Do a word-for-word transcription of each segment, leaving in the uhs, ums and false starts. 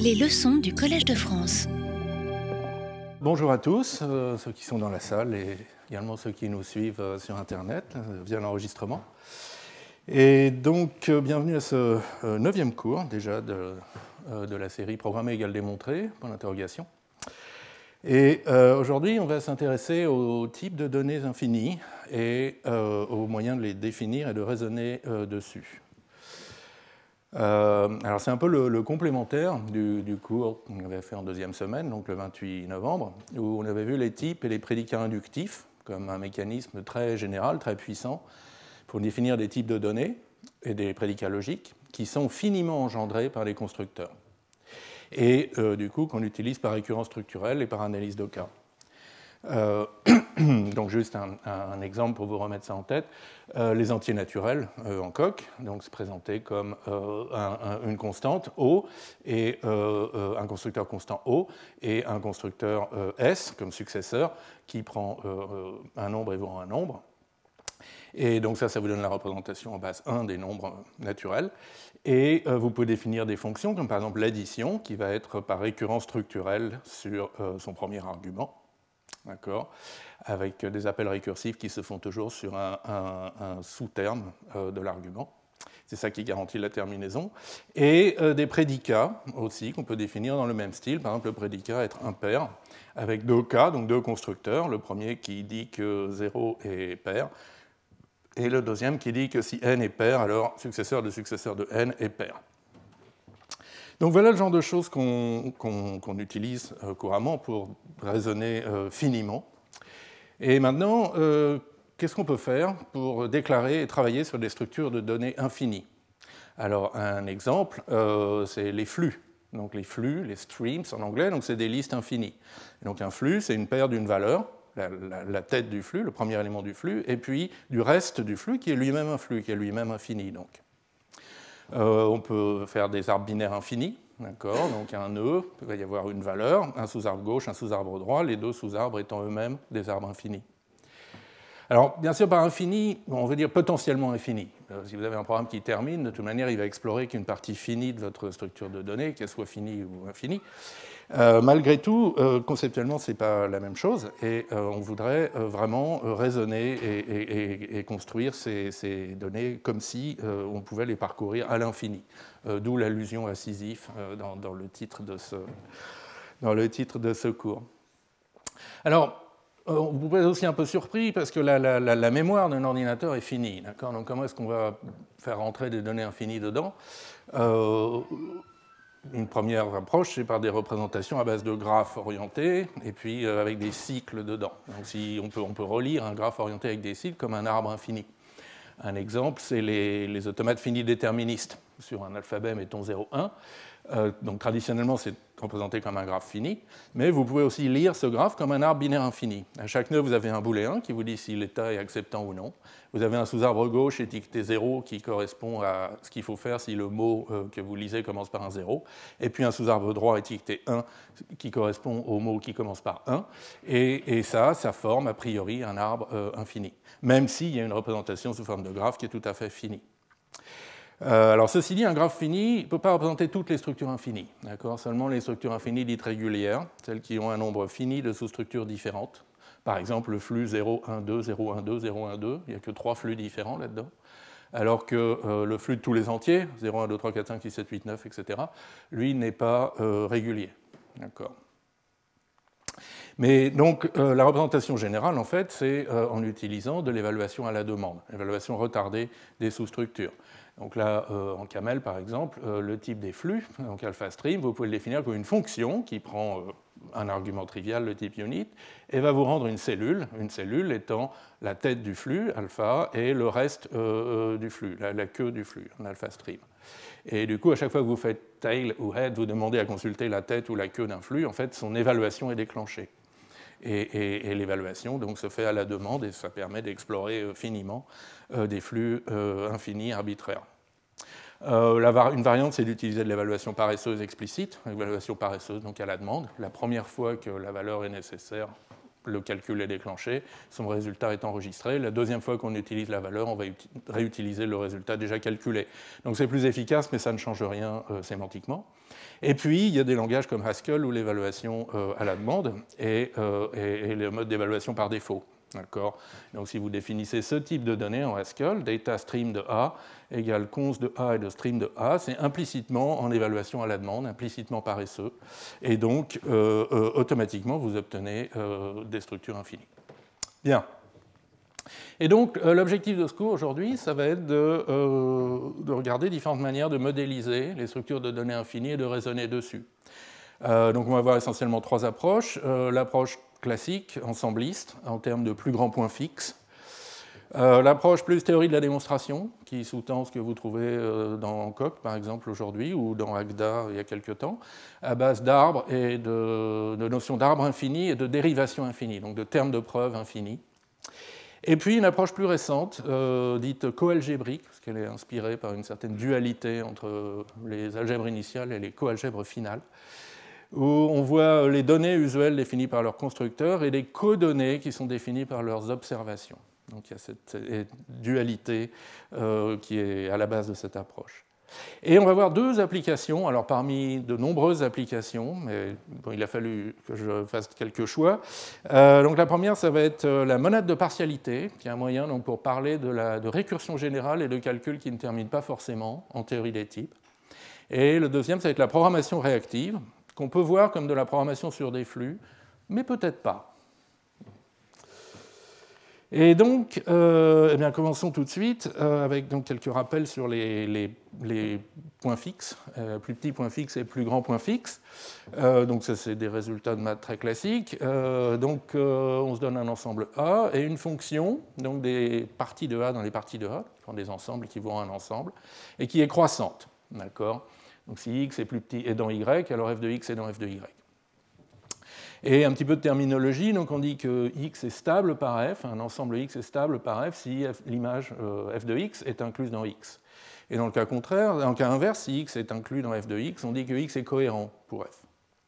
Les leçons du Collège de France. Bonjour à tous, euh, ceux qui sont dans la salle et également ceux qui nous suivent euh, sur Internet euh, via l'enregistrement. Et donc, euh, bienvenue à ce euh, neuvième cours déjà de, euh, de la série Programmer égale démontrer, point d'interrogation. Et euh, aujourd'hui, on va s'intéresser au type de données infinies et euh, aux moyens de les définir et de raisonner euh, dessus. Euh, alors c'est un peu le, le complémentaire du, du cours qu'on avait fait en deuxième semaine, donc le vingt-huit novembre, où on avait vu les types et les prédicats inductifs comme un mécanisme très général, très puissant, pour définir des types de données et des prédicats logiques qui sont finiment engendrés par les constructeurs. Et euh, du coup qu'on utilise par récurrence structurelle et par analyse de cas. Euh, donc juste un, un exemple pour vous remettre ça en tête. Euh, les entiers naturels euh, en coq, donc c'est présenté comme euh, un, un, une constante O et euh, euh, un constructeur constant O et un constructeur euh, S comme successeur qui prend euh, un nombre et vous rend un nombre. Et donc ça, ça vous donne la représentation en base un des nombres naturels. Et euh, vous pouvez définir des fonctions comme par exemple l'addition qui va être par récurrence structurelle sur euh, son premier argument. D'accord, avec des appels récursifs qui se font toujours sur un, un, un sous-terme euh, de l'argument. C'est ça qui garantit la terminaison. Et euh, des prédicats aussi qu'on peut définir dans le même style. Par exemple, le prédicat être impair avec deux cas, donc deux constructeurs. Le premier qui dit que zéro est pair et le deuxième qui dit que si n est pair, alors successeur de successeur de n est pair. Donc voilà le genre de choses qu'on, qu'on, qu'on utilise euh, couramment pour raisonner euh, finiment. Et maintenant, euh, qu'est-ce qu'on peut faire pour déclarer et travailler sur des structures de données infinies? Alors un exemple, euh, c'est les flux. Donc les flux, les streams en anglais, donc c'est des listes infinies. Et donc un flux, c'est une paire d'une valeur, la, la, la tête du flux, le premier élément du flux, et puis du reste du flux qui est lui-même un flux, qui est lui-même infini. Donc. Euh, on peut faire des arbres binaires infinis, d'accord, donc un nœud, il va y avoir une valeur, un sous-arbre gauche, un sous-arbre droit, les deux sous-arbres étant eux-mêmes des arbres infinis. Alors, bien sûr, par infini, on veut dire potentiellement infini. Euh, si vous avez un programme qui termine, de toute manière, il va explorer qu'une partie finie de votre structure de données, qu'elle soit finie ou infinie. Euh, malgré tout, euh, conceptuellement, ce n'est pas la même chose, et euh, on voudrait euh, vraiment euh, raisonner et, et, et, et construire ces, ces données comme si euh, on pouvait les parcourir à l'infini, euh, d'où l'allusion à Sisyphe euh, dans, dans, le titre de ce, dans le titre de ce cours. Alors, euh, vous pouvez être aussi un peu surpris parce que la, la, la, la mémoire d'un ordinateur est finie, d'accord ? Donc comment est-ce qu'on va faire rentrer des données infinies dedans ? euh, Une première approche, c'est par des représentations à base de graphes orientés et puis euh, avec des cycles dedans. Donc si on peut, on peut relire un graphe orienté avec des cycles comme un arbre infini. Un exemple, c'est les, les automates finis déterministes. Sur un alphabet, mettons zéro, un. Euh, donc traditionnellement, c'est représenté comme un graphe fini, mais vous pouvez aussi lire ce graphe comme un arbre binaire infini. À chaque nœud, vous avez un booléen qui vous dit si l'état est acceptant ou non. Vous avez un sous-arbre gauche étiqueté zéro qui correspond à ce qu'il faut faire si le mot euh, que vous lisez commence par un zéro, et puis un sous-arbre droit étiqueté un qui correspond au mot qui commence par un, et, et ça, ça forme a priori un arbre euh, infini, même s'il y a une représentation sous forme de graphe qui est tout à fait finie. Euh, alors, ceci dit, un graphe fini ne peut pas représenter toutes les structures infinies, d'accord ? Seulement les structures infinies dites régulières, celles qui ont un nombre fini de sous-structures différentes. Par exemple, le flux zéro, un, deux, zéro, un, deux, zéro, un, deux, il n'y a que trois flux différents là-dedans. Alors que euh, le flux de tous les entiers, zéro, un, deux, trois, quatre, cinq, six, sept, huit, neuf, et cetera, lui n'est pas euh, régulier, d'accord ? Mais donc, euh, la représentation générale, en fait, c'est euh, en utilisant de l'évaluation à la demande, l'évaluation retardée des sous-structures. Donc là, euh, en camel, par exemple, euh, le type des flux, donc alpha stream, vous pouvez le définir comme une fonction qui prend euh, un argument trivial, le type unit, et va vous rendre une cellule, une cellule étant la tête du flux, alpha, et le reste euh, du flux, la, la queue du flux, en alpha stream. Et du coup, à chaque fois que vous faites tail ou head, vous demandez à consulter la tête ou la queue d'un flux, en fait, son évaluation est déclenchée. Et, et, et l'évaluation donc, se fait à la demande et ça permet d'explorer euh, finiment euh, des flux euh, infinis arbitraires. Euh, la var- une variante, c'est d'utiliser de l'évaluation paresseuse explicite, l'évaluation paresseuse donc à la demande. La première fois que la valeur est nécessaire, le calcul est déclenché, son résultat est enregistré. La deuxième fois qu'on utilise la valeur, on va réutiliser le résultat déjà calculé. Donc c'est plus efficace, mais ça ne change rien euh, sémantiquement. Et puis, il y a des langages comme Haskell où l'évaluation euh, à la demande est, euh, est, est le mode d'évaluation par défaut. D'accord. Donc si vous définissez ce type de données en Haskell, data stream de A égale const de A et de stream de A, c'est implicitement en évaluation à la demande, implicitement paresseux, et donc euh, euh, automatiquement vous obtenez euh, des structures infinies. Bien. Et donc euh, l'objectif de ce cours aujourd'hui, ça va être de, euh, de regarder différentes manières de modéliser les structures de données infinies et de raisonner dessus. Euh, donc on va voir essentiellement trois approches. Euh, l'approche classique, ensembliste, en termes de plus grands points fixes. Euh, l'approche plus théorie de la démonstration, qui sous-tend ce que vous trouvez euh, dans Coq, par exemple, aujourd'hui, ou dans Agda, il y a quelque temps, à base d'arbres et de, de notions d'arbres infinis et de dérivations infinies, donc de termes de preuve infinis. Et puis une approche plus récente, euh, dite coalgébrique, parce qu'elle est inspirée par une certaine dualité entre les algèbres initiales et les coalgèbres finales, où on voit les données usuelles définies par leurs constructeurs et les codonnées qui sont définies par leurs observations. Donc il y a cette dualité euh, qui est à la base de cette approche. Et on va voir deux applications, alors parmi de nombreuses applications, mais bon, il a fallu que je fasse quelques choix. Euh, donc la première, ça va être la monade de partialité, qui est un moyen donc, pour parler de, la, de récursion générale et de calcul qui ne termine pas forcément en théorie des types. Et le deuxième, ça va être la programmation réactive, qu'on peut voir comme de la programmation sur des flux, mais peut-être pas. Et donc, euh, eh bien, commençons tout de suite euh, avec donc, quelques rappels sur les, les, les points fixes, euh, plus petits points fixes et plus grands points fixes. Euh, donc ça, c'est des résultats de maths très classiques. Euh, donc, euh, on se donne un ensemble A et une fonction, donc des parties de A dans les parties de A, qui font des ensembles qui vont à un ensemble, et qui est croissante. D'accord ? Donc si x est plus petit est dans y, alors f de x est dans f de y. Et un petit peu de terminologie, donc on dit que x est stable par f, un ensemble x est stable par f si l'image euh, f de x est incluse dans x. Et dans le cas contraire, dans le cas inverse, si x est inclus dans f de x, on dit que x est cohérent pour f.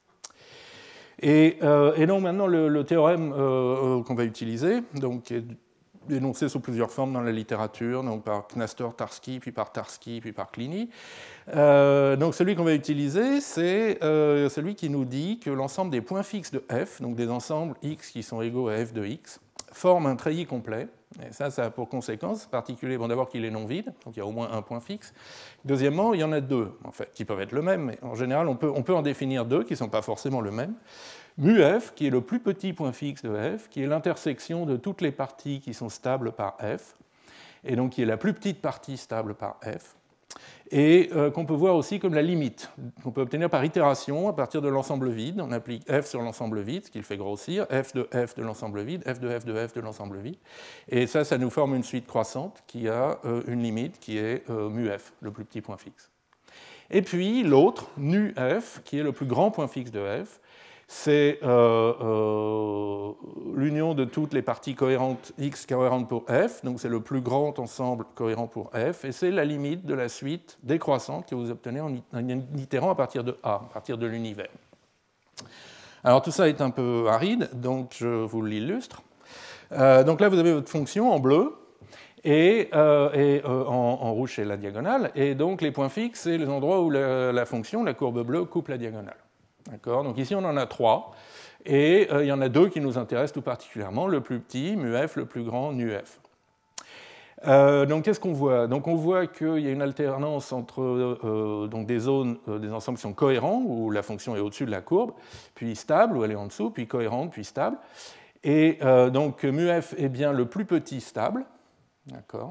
Et, euh, et donc maintenant le, le théorème euh, qu'on va utiliser, donc, est énoncé sous plusieurs formes dans la littérature, donc par Knaster-Tarski, puis par Tarski, puis par Clini. Euh, donc celui qu'on va utiliser, c'est euh, celui qui nous dit que l'ensemble des points fixes de f, donc des ensembles x qui sont égaux à f de x, forment un treillis complet. Et ça, ça a pour conséquence particulier, bon, d'abord qu'il est non vide, donc il y a au moins un point fixe. Deuxièmement, il y en a deux, en fait, qui peuvent être le même, mais en général, on peut, on peut en définir deux qui ne sont pas forcément le même. Mu f, qui est le plus petit point fixe de f, qui est l'intersection de toutes les parties qui sont stables par f, et donc qui est la plus petite partie stable par f, et euh, qu'on peut voir aussi comme la limite, qu'on peut obtenir par itération à partir de l'ensemble vide. On applique f sur l'ensemble vide, ce qui le fait grossir, f de f de l'ensemble vide, f de f de f de l'ensemble vide, et ça, ça nous forme une suite croissante qui a euh, une limite qui est euh, mu f, le plus petit point fixe. Et puis l'autre, nu f, qui est le plus grand point fixe de f, c'est euh, euh, l'union de toutes les parties cohérentes x cohérentes pour f, donc c'est le plus grand ensemble cohérent pour f, et c'est la limite de la suite décroissante que vous obtenez en itérant à partir de A, à partir de l'univers. Alors tout ça est un peu aride, donc je vous l'illustre. Euh, donc là vous avez votre fonction en bleu, et, euh, et euh, en, en rouge c'est la diagonale, et donc les points fixes, c'est les endroits où la, la fonction, la courbe bleue, coupe la diagonale. D'accord ? Donc ici, on en a trois, et euh, il y en a deux qui nous intéressent tout particulièrement, le plus petit, mu f, le plus grand, nu f. Euh, donc qu'est-ce qu'on voit ? Donc on voit qu'il y a une alternance entre euh, donc des zones, euh, des ensembles qui sont cohérents, où la fonction est au-dessus de la courbe, puis stable, où elle est en dessous, puis cohérente, puis stable. Et euh, donc mu f est bien le plus petit stable, d'accord ?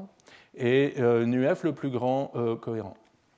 Et euh, nu f le plus grand euh, cohérent.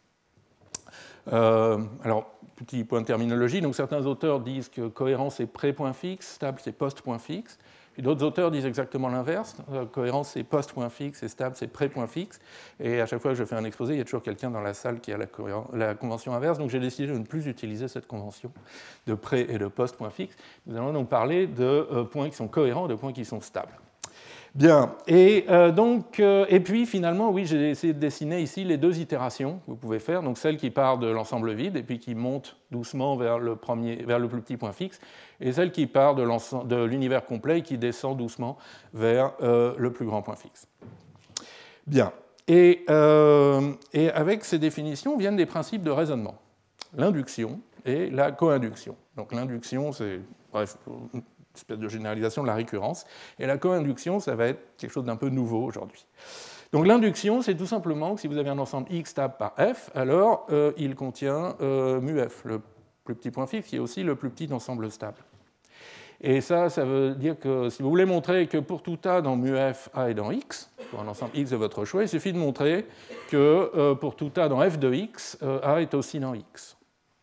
Euh, alors, petit point de terminologie, donc certains auteurs disent que cohérence c'est pré-point fixe, stable c'est post-point fixe, puis d'autres auteurs disent exactement l'inverse, euh, cohérence c'est post-point fixe et stable c'est pré-point fixe, et à chaque fois que je fais un exposé, il y a toujours quelqu'un dans la salle qui a la, la convention inverse, donc j'ai décidé de ne plus utiliser cette convention de pré- et de post-point fixe. Nous allons donc parler de euh, points qui sont cohérents et de points qui sont stables. Bien, et, euh, donc, euh, et puis finalement, oui, j'ai essayé de dessiner ici les deux itérations que vous pouvez faire, donc celle qui part de l'ensemble vide et puis qui monte doucement vers le, premier, vers le plus petit point fixe, et celle qui part de, de l'univers complet et qui descend doucement vers euh, le plus grand point fixe. Bien, et, euh, et avec ces définitions viennent des principes de raisonnement, l'induction et la co-induction. Donc l'induction, c'est, bref, une espèce de généralisation de la récurrence, et la co-induction, ça va être quelque chose d'un peu nouveau aujourd'hui. Donc l'induction, c'est tout simplement que si vous avez un ensemble X stable par F, alors euh, il contient euh, mu F, le plus petit point fixe, qui est aussi le plus petit ensemble stable. Et ça, ça veut dire que si vous voulez montrer que pour tout A dans mu F, A est dans X, pour un ensemble X de votre choix, il suffit de montrer que euh, pour tout A dans F de X, euh, A est aussi dans X.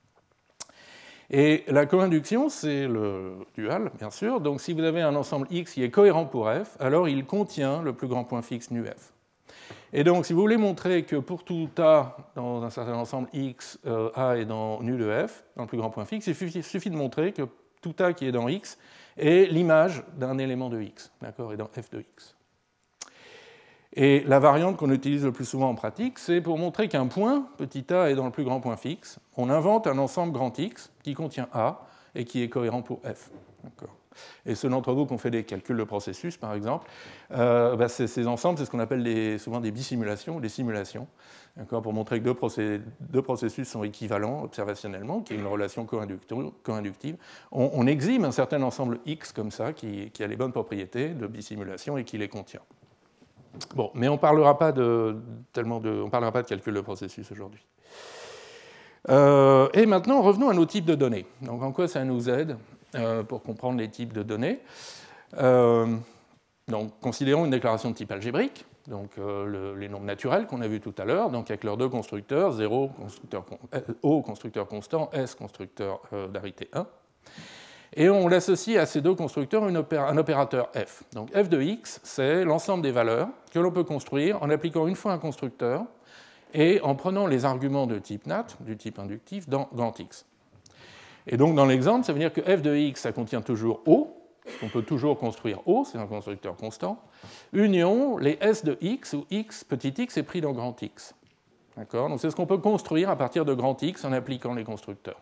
Et la co-induction, c'est le dual, bien sûr. Donc si vous avez un ensemble X qui est cohérent pour F, alors il contient le plus grand point fixe nu F. Et donc si vous voulez montrer que pour tout A dans un certain ensemble X, euh, A est dans nu de F, dans le plus grand point fixe, il suffit de montrer que tout A qui est dans X est l'image d'un élément de X, d'accord, et dans F de X. Et la variante qu'on utilise le plus souvent en pratique, c'est pour montrer qu'un point, petit a, est dans le plus grand point fixe, on invente un ensemble grand X qui contient A et qui est cohérent pour F. Et ceux d'entre vous qui ont fait des calculs de processus, par exemple, euh, bah ces ensembles, c'est ce qu'on appelle des, souvent des bisimulations ou des simulations, pour montrer que deux, procé deux processus sont équivalents observationnellement, qu'il y a une relation co-inductive. On, on exime un certain ensemble X comme ça, qui, qui a les bonnes propriétés de bisimulation et qui les contient. Bon, mais on ne parlera pas de, tellement de, on parlera pas de calcul de processus aujourd'hui. Euh, et maintenant, revenons à nos types de données. Donc, en quoi ça nous aide euh, pour comprendre les types de données euh, donc, considérons une déclaration de type algébrique, donc euh, le, les nombres naturels qu'on a vus tout à l'heure, donc avec leurs deux constructeurs, zéro, constructeur, O, constructeur constant, S, constructeur euh, d'arité un. Et on l'associe à ces deux constructeurs une opéra, un opérateur F. Donc F de X, c'est l'ensemble des valeurs que l'on peut construire en appliquant une fois un constructeur et en prenant les arguments de type nat, du type inductif, dans grand X. Et donc dans l'exemple, ça veut dire que F de X, ça contient toujours O, on peut toujours construire O, c'est un constructeur constant, union les S de X, où X, petit x, est pris dans grand X. D'accord ? Donc c'est ce qu'on peut construire à partir de grand X en appliquant les constructeurs.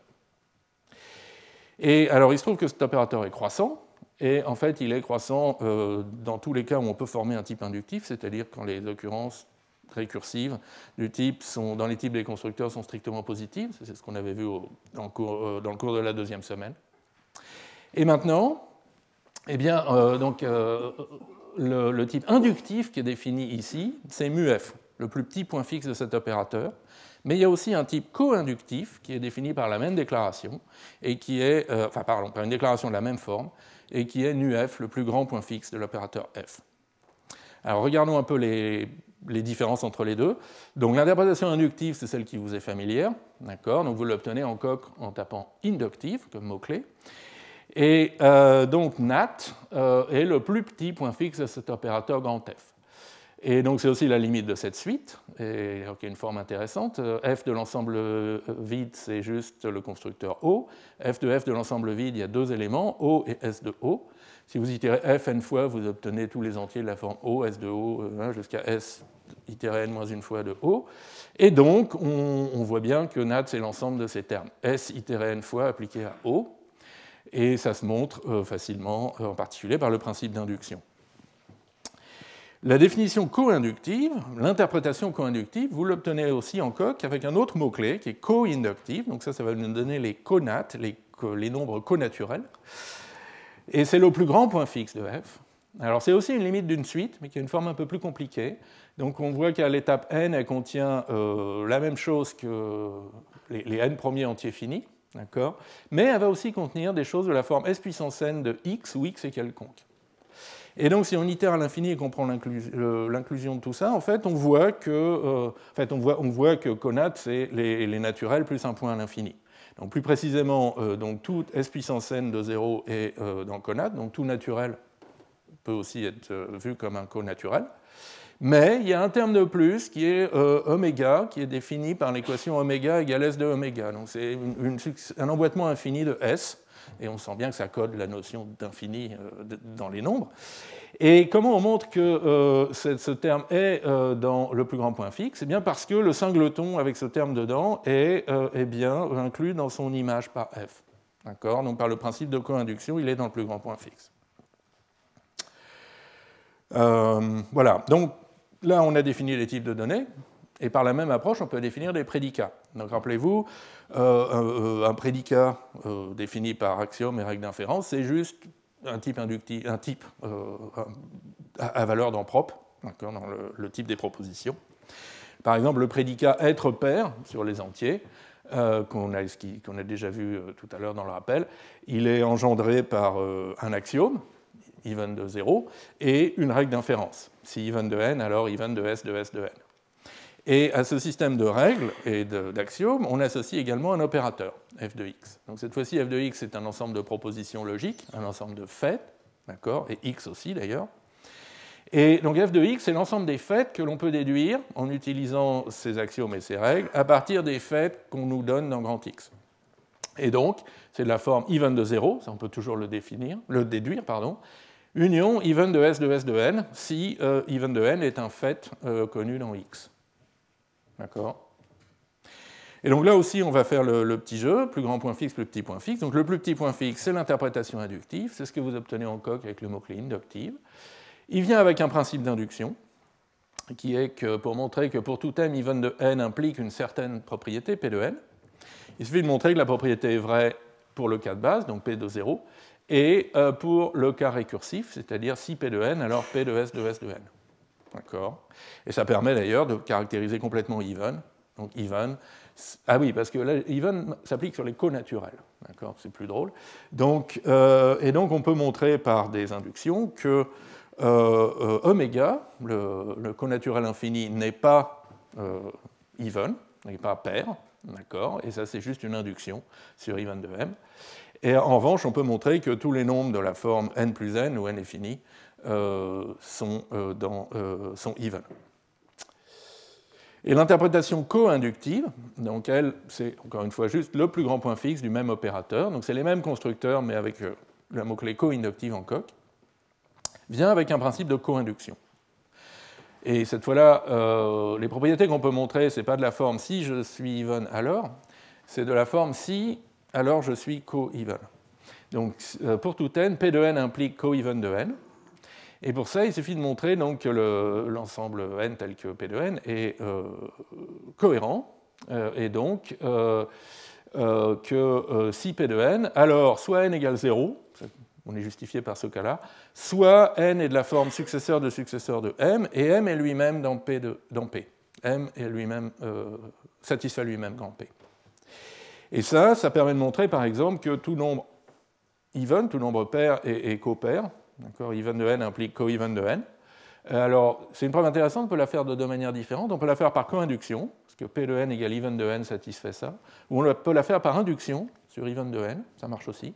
Et alors, il se trouve que cet opérateur est croissant, et en fait, il est croissant euh, dans tous les cas où on peut former un type inductif, c'est-à-dire quand les occurrences récursives du type sont, dans les types des constructeurs sont strictement positives, c'est ce qu'on avait vu au, dans, le cours, euh, dans le cours de la deuxième semaine. Et maintenant, eh bien, euh, donc, euh, le, le type inductif qui est défini ici, c'est mu F, le plus petit point fixe de cet opérateur. Mais il y a aussi un type co-inductif qui est défini par la même déclaration, et qui est, euh, enfin pardon, par une déclaration de la même forme, et qui est nu F, le plus grand point fixe de l'opérateur F. Alors regardons un peu les, les différences entre les deux. Donc l'interprétation inductive, c'est celle qui vous est familière, d'accord ? Donc vous l'obtenez en coq en tapant inductive comme mot-clé. Et euh, donc nat euh, est le plus petit point fixe de cet opérateur grand F. Et donc c'est aussi la limite de cette suite, et, donc, il y a une forme intéressante. F de l'ensemble vide, c'est juste le constructeur O. F de F de l'ensemble vide, il y a deux éléments, O et S de O. Si vous itérez F n fois, vous obtenez tous les entiers de la forme O, S de O, hein, jusqu'à S itéré n moins une fois de O. Et donc, on, on voit bien que nat, c'est l'ensemble de ces termes. S itéré n fois appliqué à O. Et ça se montre euh, facilement, euh, en particulier par le principe d'induction. La définition co-inductive, l'interprétation co-inductive, vous l'obtenez aussi en coq avec un autre mot-clé qui est co-inductive. Donc ça, ça va nous donner les connats, les, les nombres connaturels. Et c'est le plus grand point fixe de F. Alors c'est aussi une limite d'une suite, mais qui a une forme un peu plus compliquée. Donc on voit qu'à l'étape n, elle contient euh, la même chose que les, les n premiers entiers finis, d'accord ? Mais elle va aussi contenir des choses de la forme s puissance n de x, où x est quelconque. Et donc, si on itère à l'infini et qu'on prend l'inclusion de tout ça, en fait, on voit que, euh, en fait, on voit, on voit que connat, c'est les, les naturels plus un point à l'infini. Donc, plus précisément, euh, donc, tout s puissance n de zéro est euh, dans connat, donc tout naturel peut aussi être euh, vu comme un conaturel. Mais il y a un terme de plus qui est euh, oméga, qui est défini par l'équation oméga égale S de oméga. Donc c'est une, une, un emboîtement infini de S, et on sent bien que ça code la notion d'infini euh, dans les nombres. Et comment on montre que euh, ce, ce terme est euh, dans le plus grand point fixe? Eh bien parce que le singleton avec ce terme dedans est, euh, est bien inclus dans son image par F. D'accord? Donc par le principe de co-induction, il est dans le plus grand point fixe. Euh, voilà. Donc là, on a défini les types de données, et par la même approche, on peut définir des prédicats. Donc rappelez-vous, euh, un, un prédicat euh, défini par axiome et règle d'inférence, c'est juste un type inductif, un type euh, à, à valeur dans propre, dans le, le type des propositions. Par exemple, le prédicat être pair sur les entiers, euh, qu'on a, qu'on a déjà vu euh, tout à l'heure dans le rappel, il est engendré par euh, un axiome, even de zéro, et une règle d'inférence. Si even de n, alors even de s de s de n. Et à ce système de règles et d'axiomes, on associe également un opérateur, f de x. Donc cette fois-ci, f de x est un ensemble de propositions logiques, un ensemble de faits, d'accord, et x aussi d'ailleurs. Et donc f de x, c'est l'ensemble des faits que l'on peut déduire en utilisant ces axiomes et ces règles à partir des faits qu'on nous donne dans grand X. Et donc, c'est de la forme even de zéro, ça on peut toujours le définir, le déduire, pardon, union even de s de s de n, si euh, even de n est un fait euh, connu dans X. D'accord? Et donc là aussi, on va faire le, le petit jeu, plus grand point fixe, plus petit point fixe. Donc le plus petit point fixe, c'est l'interprétation inductive, c'est ce que vous obtenez en coq avec le mot-clé inductive. Il vient avec un principe d'induction, qui est que pour montrer que pour tout m, even de n implique une certaine propriété, P de n, il suffit de montrer que la propriété est vraie pour le cas de base, donc P de zéro, et euh, pour le cas récursif, c'est-à-dire si P de n, alors P de s de s de n. D'accord. Et ça permet d'ailleurs de caractériser complètement even. Donc even, ah oui, parce que là, even s'applique sur les conaturels. D'accord, c'est plus drôle. Donc, euh, et donc on peut montrer par des inductions que euh, euh, oméga, le, le conaturel infini, n'est pas euh, even, n'est pas pair. D'accord. Et ça, c'est juste une induction sur even de m. Et en revanche, on peut montrer que tous les nombres de la forme n plus n, où n est fini, Euh, sont, euh, dans, euh, sont even. Et l'interprétation co-inductive, donc elle, c'est encore une fois juste le plus grand point fixe du même opérateur, donc c'est les mêmes constructeurs, mais avec euh, le mot-clé co-inductive en coq, vient avec un principe de co-induction. Et cette fois-là, euh, les propriétés qu'on peut montrer, ce n'est pas de la forme si je suis even alors, c'est de la forme si alors je suis co-even. Donc euh, pour tout n, P de n implique co-even de n. Et pour ça, il suffit de montrer donc, que l'ensemble le, n tel que P de n est euh, cohérent, euh, et donc euh, euh, que euh, si P de n, alors soit n égale zéro, on est justifié par ce cas-là, soit n est de la forme successeur de successeur de m, et m est lui-même dans P. De, dans P. M est lui-même euh, satisfait lui-même grand P. Et ça, ça permet de montrer par exemple que tout nombre even, tout nombre pair est, est copair. Even de n implique co-even de n. Alors, c'est une preuve intéressante, on peut la faire de deux manières différentes. On peut la faire par co-induction, parce que P de n égale even de n satisfait ça. Ou on peut la faire par induction sur even de n, ça marche aussi.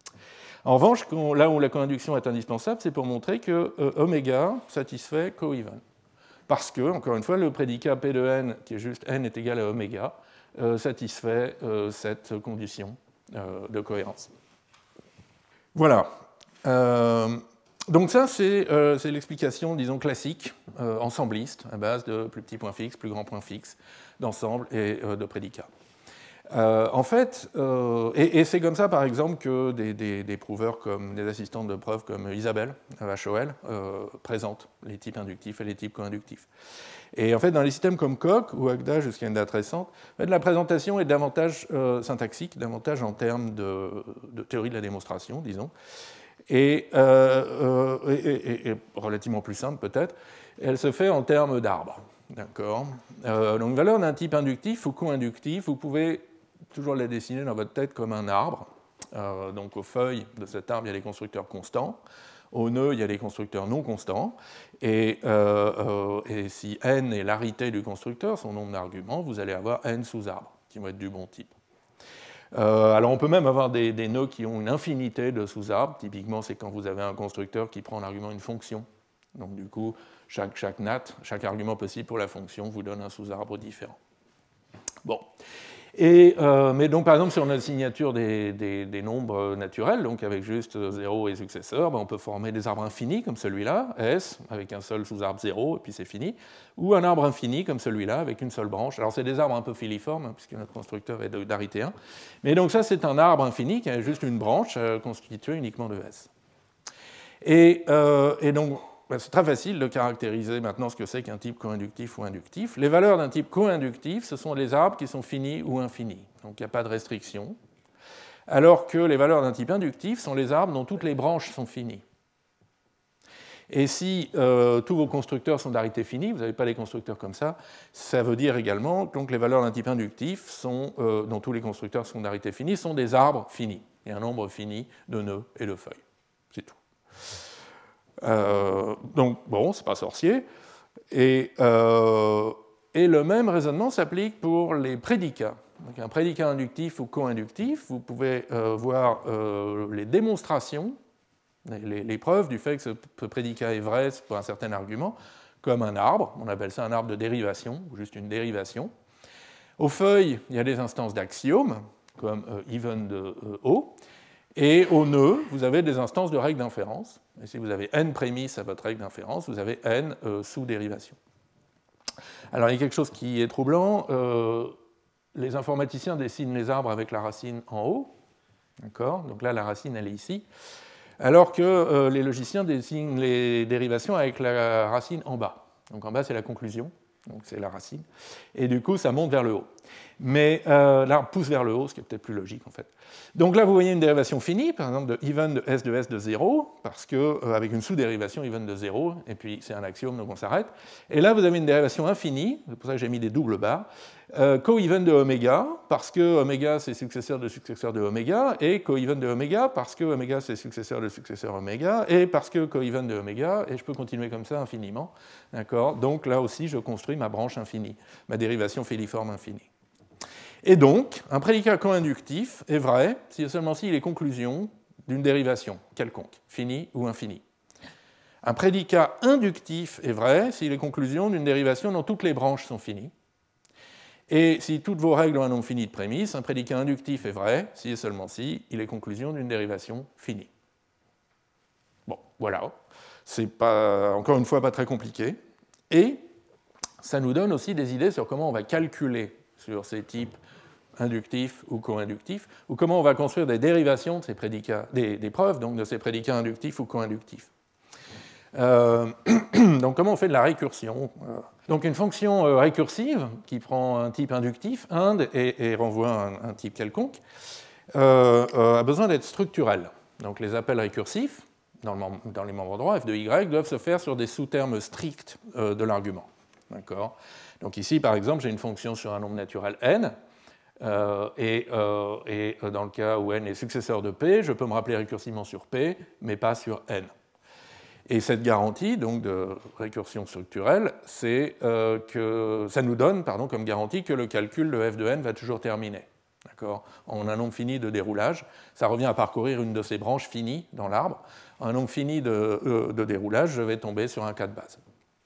En revanche, là où la co-induction est indispensable, c'est pour montrer que euh, oméga satisfait co-even. Parce que, encore une fois, le prédicat P de n, qui est juste n est égal à oméga, euh, satisfait euh, cette condition euh, de cohérence. Voilà. Euh, Donc ça, c'est euh, l'explication, disons, classique, euh, ensembliste, à base de plus petit point fixe, plus grand point fixe, d'ensemble et euh, de prédicat. Euh, en fait, euh, et, et c'est comme ça, par exemple, que des, des, des prouveurs, comme des assistantes de preuve comme Isabelle, H O L, euh, présentent les types inductifs et les types co-inductifs. Et en fait, dans les systèmes comme Coq ou Agda, jusqu'à une date récente, en fait, la présentation est davantage euh, syntaxique, davantage en termes de, de théorie de la démonstration, disons. Et, euh, euh, et, et, et relativement plus simple peut-être, elle se fait en termes d'arbres. D'accord. Euh, donc, valeur d'un type inductif ou co-inductif, vous pouvez toujours la dessiner dans votre tête comme un arbre. Euh, donc, aux feuilles de cet arbre, il y a les constructeurs constants. Au nœud, il y a les constructeurs non constants. Et, euh, euh, et si n est l'arité du constructeur, son nombre d'arguments, vous allez avoir n sous-arbres qui vont être du bon type. Euh, alors on peut même avoir des, des nœuds qui ont une infinité de sous-arbres. Typiquement, c'est quand vous avez un constructeur qui prend en argument une fonction. Donc du coup, chaque, chaque natte, chaque argument possible pour la fonction vous donne un sous-arbre différent. Bon. Et, euh, mais donc, par exemple, si on a la signature des, des, des nombres naturels, donc avec juste zéro et successeur, ben on peut former des arbres infinis comme celui-là, S, avec un seul sous-arbre zéro, et puis c'est fini, ou un arbre infini comme celui-là, avec une seule branche. Alors, c'est des arbres un peu filiformes, hein, puisque notre constructeur est d'arité un. Mais donc, ça, c'est un arbre infini qui a juste une branche euh, constituée uniquement de S. Et, euh, et donc, ben, c'est très facile de caractériser maintenant ce que c'est qu'un type co-inductif ou inductif. Les valeurs d'un type co-inductif, ce sont les arbres qui sont finis ou infinis. Donc il n'y a pas de restriction. Alors que les valeurs d'un type inductif sont les arbres dont toutes les branches sont finies. Et si euh, tous vos constructeurs sont d'arité finie, vous n'avez pas des constructeurs comme ça, ça veut dire également que donc, les valeurs d'un type inductif sont, euh, dont tous les constructeurs sont d'arité finie sont des arbres finis. Il y a un nombre fini de nœuds et de feuilles. C'est tout. Euh, donc, bon, c'est pas sorcier. Et, euh, et le même raisonnement s'applique pour les prédicats. Donc, un prédicat inductif ou co-inductif, vous pouvez euh, voir euh, les démonstrations, les, les preuves du fait que ce prédicat est vrai pour un certain argument, comme un arbre. On appelle ça un arbre de dérivation, ou juste une dérivation. Aux feuilles, il y a des instances d'axiomes, comme euh, even de euh, O. Et au nœud, vous avez des instances de règles d'inférence. Et si vous avez n prémices à votre règle d'inférence, vous avez n euh, sous-dérivations. Alors, il y a quelque chose qui est troublant. Euh, les informaticiens dessinent les arbres avec la racine en haut. D'accord ? Donc là, la racine, elle est ici. Alors que euh, les logiciens dessinent les dérivations avec la racine en bas. Donc en bas, c'est la conclusion. Donc c'est la racine. Et du coup, ça monte vers le haut. Mais euh, l'arbre pousse vers le haut, ce qui est peut-être plus logique en fait. Donc là, vous voyez une dérivation finie, par exemple de even de S de S de zéro, parce que euh, avec une sous-dérivation even de zéro, et puis c'est un axiome, donc on s'arrête. Et là, vous avez une dérivation infinie, c'est pour ça que j'ai mis des doubles barres, euh, co-even de oméga, parce que oméga c'est successeur de successeur de oméga, et co-even de oméga, parce que oméga c'est successeur de successeur oméga, et parce que co-even de oméga, et je peux continuer comme ça infiniment. D'accord ? Donc là aussi, je construis ma branche infinie, ma dérivation filiforme infinie. Et donc, un prédicat co-inductif est vrai si et seulement s'il est conclusion d'une dérivation quelconque, finie ou infinie. Un prédicat inductif est vrai s'il est conclusion d'une dérivation dont toutes les branches sont finies. Et si toutes vos règles ont un nombre fini de prémices, un prédicat inductif est vrai si et seulement si il est conclusion d'une dérivation finie. Bon, voilà. C'est pas, encore une fois pas très compliqué. Et ça nous donne aussi des idées sur comment on va calculer sur ces types inductifs ou co-inductifs, ou comment on va construire des dérivations de ces prédicats, des, des preuves donc, de ces prédicats inductifs ou co-inductifs. Euh, donc comment on fait de la récursion ? Donc une fonction euh, récursive qui prend un type inductif, ind, et, et renvoie un, un type quelconque, euh, euh, a besoin d'être structurelle. Donc les appels récursifs, dans, le, dans les membres droits, f de y, doivent se faire sur des sous-termes stricts euh, de l'argument. D'accord ? Donc ici, par exemple, j'ai une fonction sur un nombre naturel n, euh, et, euh, et dans le cas où n est successeur de p, je peux me rappeler récursivement sur p, mais pas sur n. Et cette garantie donc, de récursion structurelle, c'est euh, que ça nous donne pardon, comme garantie que le calcul de f de n va toujours terminer. D'accord ? En un nombre fini de déroulage, ça revient à parcourir une de ces branches finies dans l'arbre. En un nombre fini de, euh, de déroulage, je vais tomber sur un cas de base.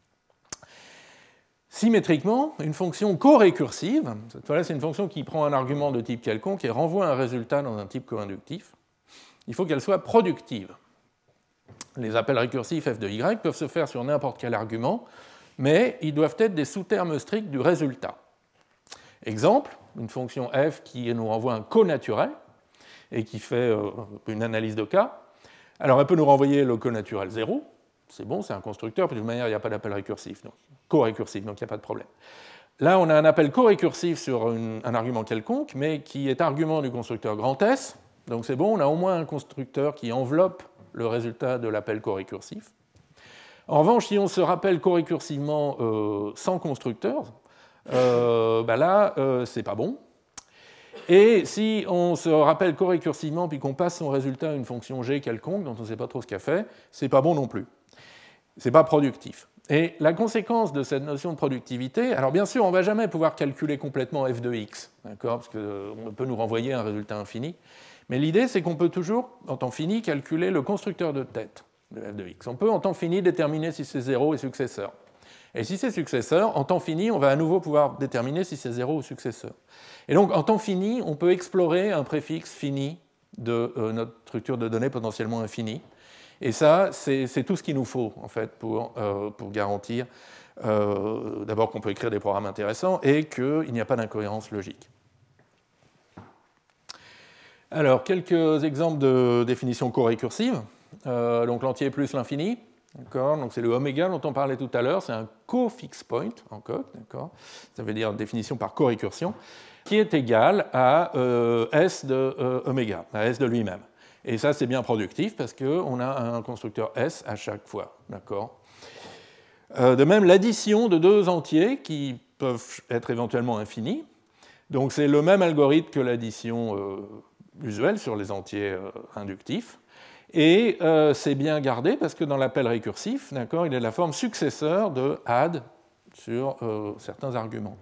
Symétriquement, une fonction co-récursive, cette fois-là c'est une fonction qui prend un argument de type quelconque et renvoie un résultat dans un type co-inductif, il faut qu'elle soit productive. Les appels récursifs f de y peuvent se faire sur n'importe quel argument, mais ils doivent être des sous-termes stricts du résultat. Exemple, une fonction f qui nous renvoie un conaturel et qui fait euh, une analyse de cas. Alors elle peut nous renvoyer le conaturel zéro, c'est bon, c'est un constructeur, puis de toute manière il n'y a pas d'appel récursif, donc co-récursif, donc il n'y a pas de problème. Là on a un appel co-récursif sur une, un argument quelconque, mais qui est argument du constructeur grand S, donc c'est bon, on a au moins un constructeur qui enveloppe le résultat de l'appel co-récursif. En revanche, si on se rappelle co-récursivement euh, sans constructeur, euh, bah là, euh, c'est pas bon. Et si on se rappelle co-récursivement puis qu'on passe son résultat à une fonction g quelconque, dont on ne sait pas trop ce qu'elle fait, c'est pas bon non plus. C'est pas productif. Et la conséquence de cette notion de productivité, alors bien sûr, on ne va jamais pouvoir calculer complètement f de x, d'accord, parce qu'on peut nous renvoyer un résultat infini. Mais l'idée, c'est qu'on peut toujours, en temps fini, calculer le constructeur de tête. de f de x. On peut en temps fini déterminer si c'est zéro et successeur. Et si c'est successeur, en temps fini, on va à nouveau pouvoir déterminer si c'est zéro ou successeur. Et donc, en temps fini, on peut explorer un préfixe fini de euh, notre structure de données potentiellement infinie. Et ça, c'est, c'est tout ce qu'il nous faut, en fait, pour, euh, pour garantir euh, d'abord qu'on peut écrire des programmes intéressants et qu'il n'y a pas d'incohérence logique. Alors, quelques exemples de définitions corécursives. Euh, donc, l'entier plus l'infini. D'accord, donc c'est le oméga dont on parlait tout à l'heure, c'est un co-fixed point en coq, d'accord, ça veut dire définition par corécursion, qui est égal à euh, S de euh, oméga, à S de lui-même. Et ça, c'est bien productif parce qu'on a un constructeur S à chaque fois, d'accord. Euh, de même, l'addition de deux entiers qui peuvent être éventuellement infinis, donc c'est le même algorithme que l'addition euh, usuelle sur les entiers euh, inductifs. Et euh, c'est bien gardé parce que dans l'appel récursif, d'accord, il est la forme successeur de add sur euh, certains arguments.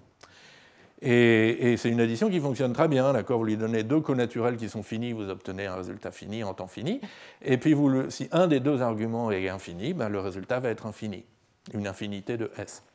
Et, et c'est une addition qui fonctionne très bien, d'accord. Vous lui donnez deux connaturels qui sont finis, vous obtenez un résultat fini en temps fini. Et puis vous le, si un des deux arguments est infini, ben le résultat va être infini, une infinité de S.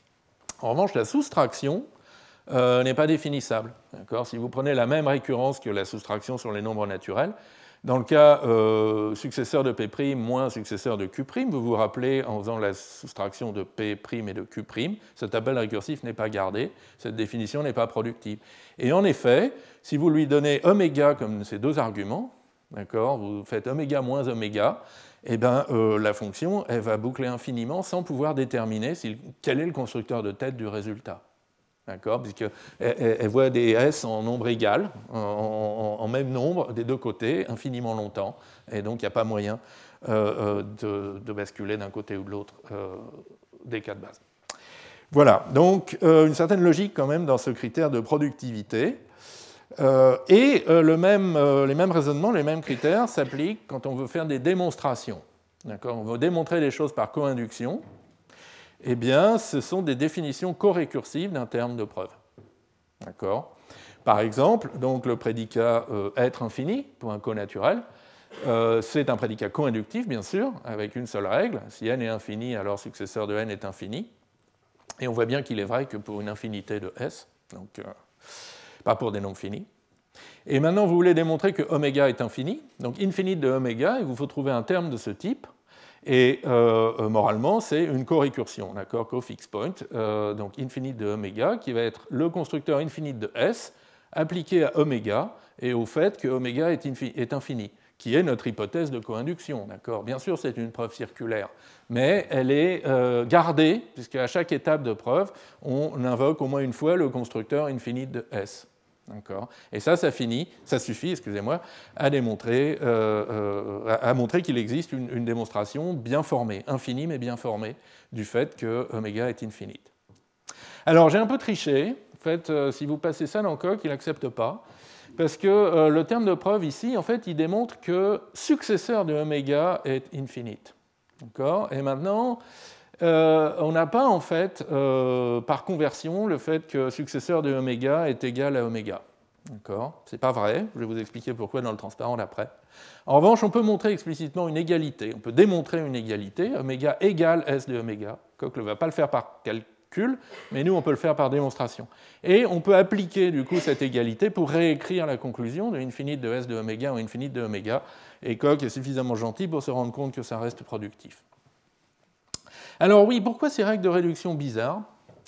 En revanche, la soustraction euh, n'est pas définissable, d'accord. Si vous prenez la même récurrence que la soustraction sur les nombres naturels, dans le cas euh, successeur de P' moins successeur de Q', vous vous rappelez, en faisant la soustraction de P' et de Q', cet appel récursif n'est pas gardé, cette définition n'est pas productive. Et en effet, si vous lui donnez oméga comme ces deux arguments, d'accord, vous faites oméga moins oméga, et bien, euh, la fonction elle va boucler infiniment sans pouvoir déterminer si, quel est le constructeur de tête du résultat. D'accord, puisqu'elle elle voit des S en nombre égal, en, en, en même nombre des deux côtés, infiniment longtemps, et donc il n'y a pas moyen euh, de, de basculer d'un côté ou de l'autre euh, des cas de base. Voilà, donc euh, une certaine logique quand même dans ce critère de productivité. Euh, et euh, le même, euh, les mêmes raisonnements, les mêmes critères s'appliquent quand on veut faire des démonstrations. D'accord, on veut démontrer les choses par co-induction. Eh bien, ce sont des définitions corécursives d'un terme de preuve. D'accord ? Par exemple, donc, le prédicat euh, être infini pour un conaturel, euh, c'est un prédicat co-inductif, bien sûr, avec une seule règle. Si n est infini, alors successeur de n est infini. Et on voit bien qu'il est vrai que pour une infinité de S, donc euh, pas pour des nombres finis. Et maintenant, vous voulez démontrer que oméga est infini, donc infinite de oméga, il vous faut trouver un terme de ce type. Et euh, moralement, c'est une corécursion, d'accord, co-fixed point, euh, donc infinite de oméga, qui va être le constructeur infinite de S appliqué à oméga et au fait que oméga est, infini, est infini, qui est notre hypothèse de co-induction, d'accord. Bien sûr, c'est une preuve circulaire, mais elle est euh, gardée, puisqu'à chaque étape de preuve, on invoque au moins une fois le constructeur infinite de S. D'accord. Et ça, ça finit, ça suffit, excusez-moi, à démontrer, euh, euh, à, à montrer qu'il existe une, une démonstration bien formée, infinie mais bien formée, du fait que oméga est infinite. Alors, j'ai un peu triché. En fait, euh, si vous passez ça dans le coq, il n'accepte pas, parce que euh, le terme de preuve ici, en fait, il démontre que successeur de oméga est infinite. D'accord. Et maintenant, Euh, on n'a pas, en fait, euh, par conversion, le fait que successeur de oméga est égal à oméga. D'accord ? C'est pas vrai, je vais vous expliquer pourquoi dans le transparent d'après. En revanche, on peut montrer explicitement une égalité, on peut démontrer une égalité, oméga égale S de oméga. Coq ne va pas le faire par calcul, mais nous, on peut le faire par démonstration. Et on peut appliquer, du coup, cette égalité pour réécrire la conclusion de infinite de S de oméga ou infinite de oméga, et Coq est suffisamment gentil pour se rendre compte que ça reste productif. Alors oui, pourquoi ces règles de réduction bizarres ?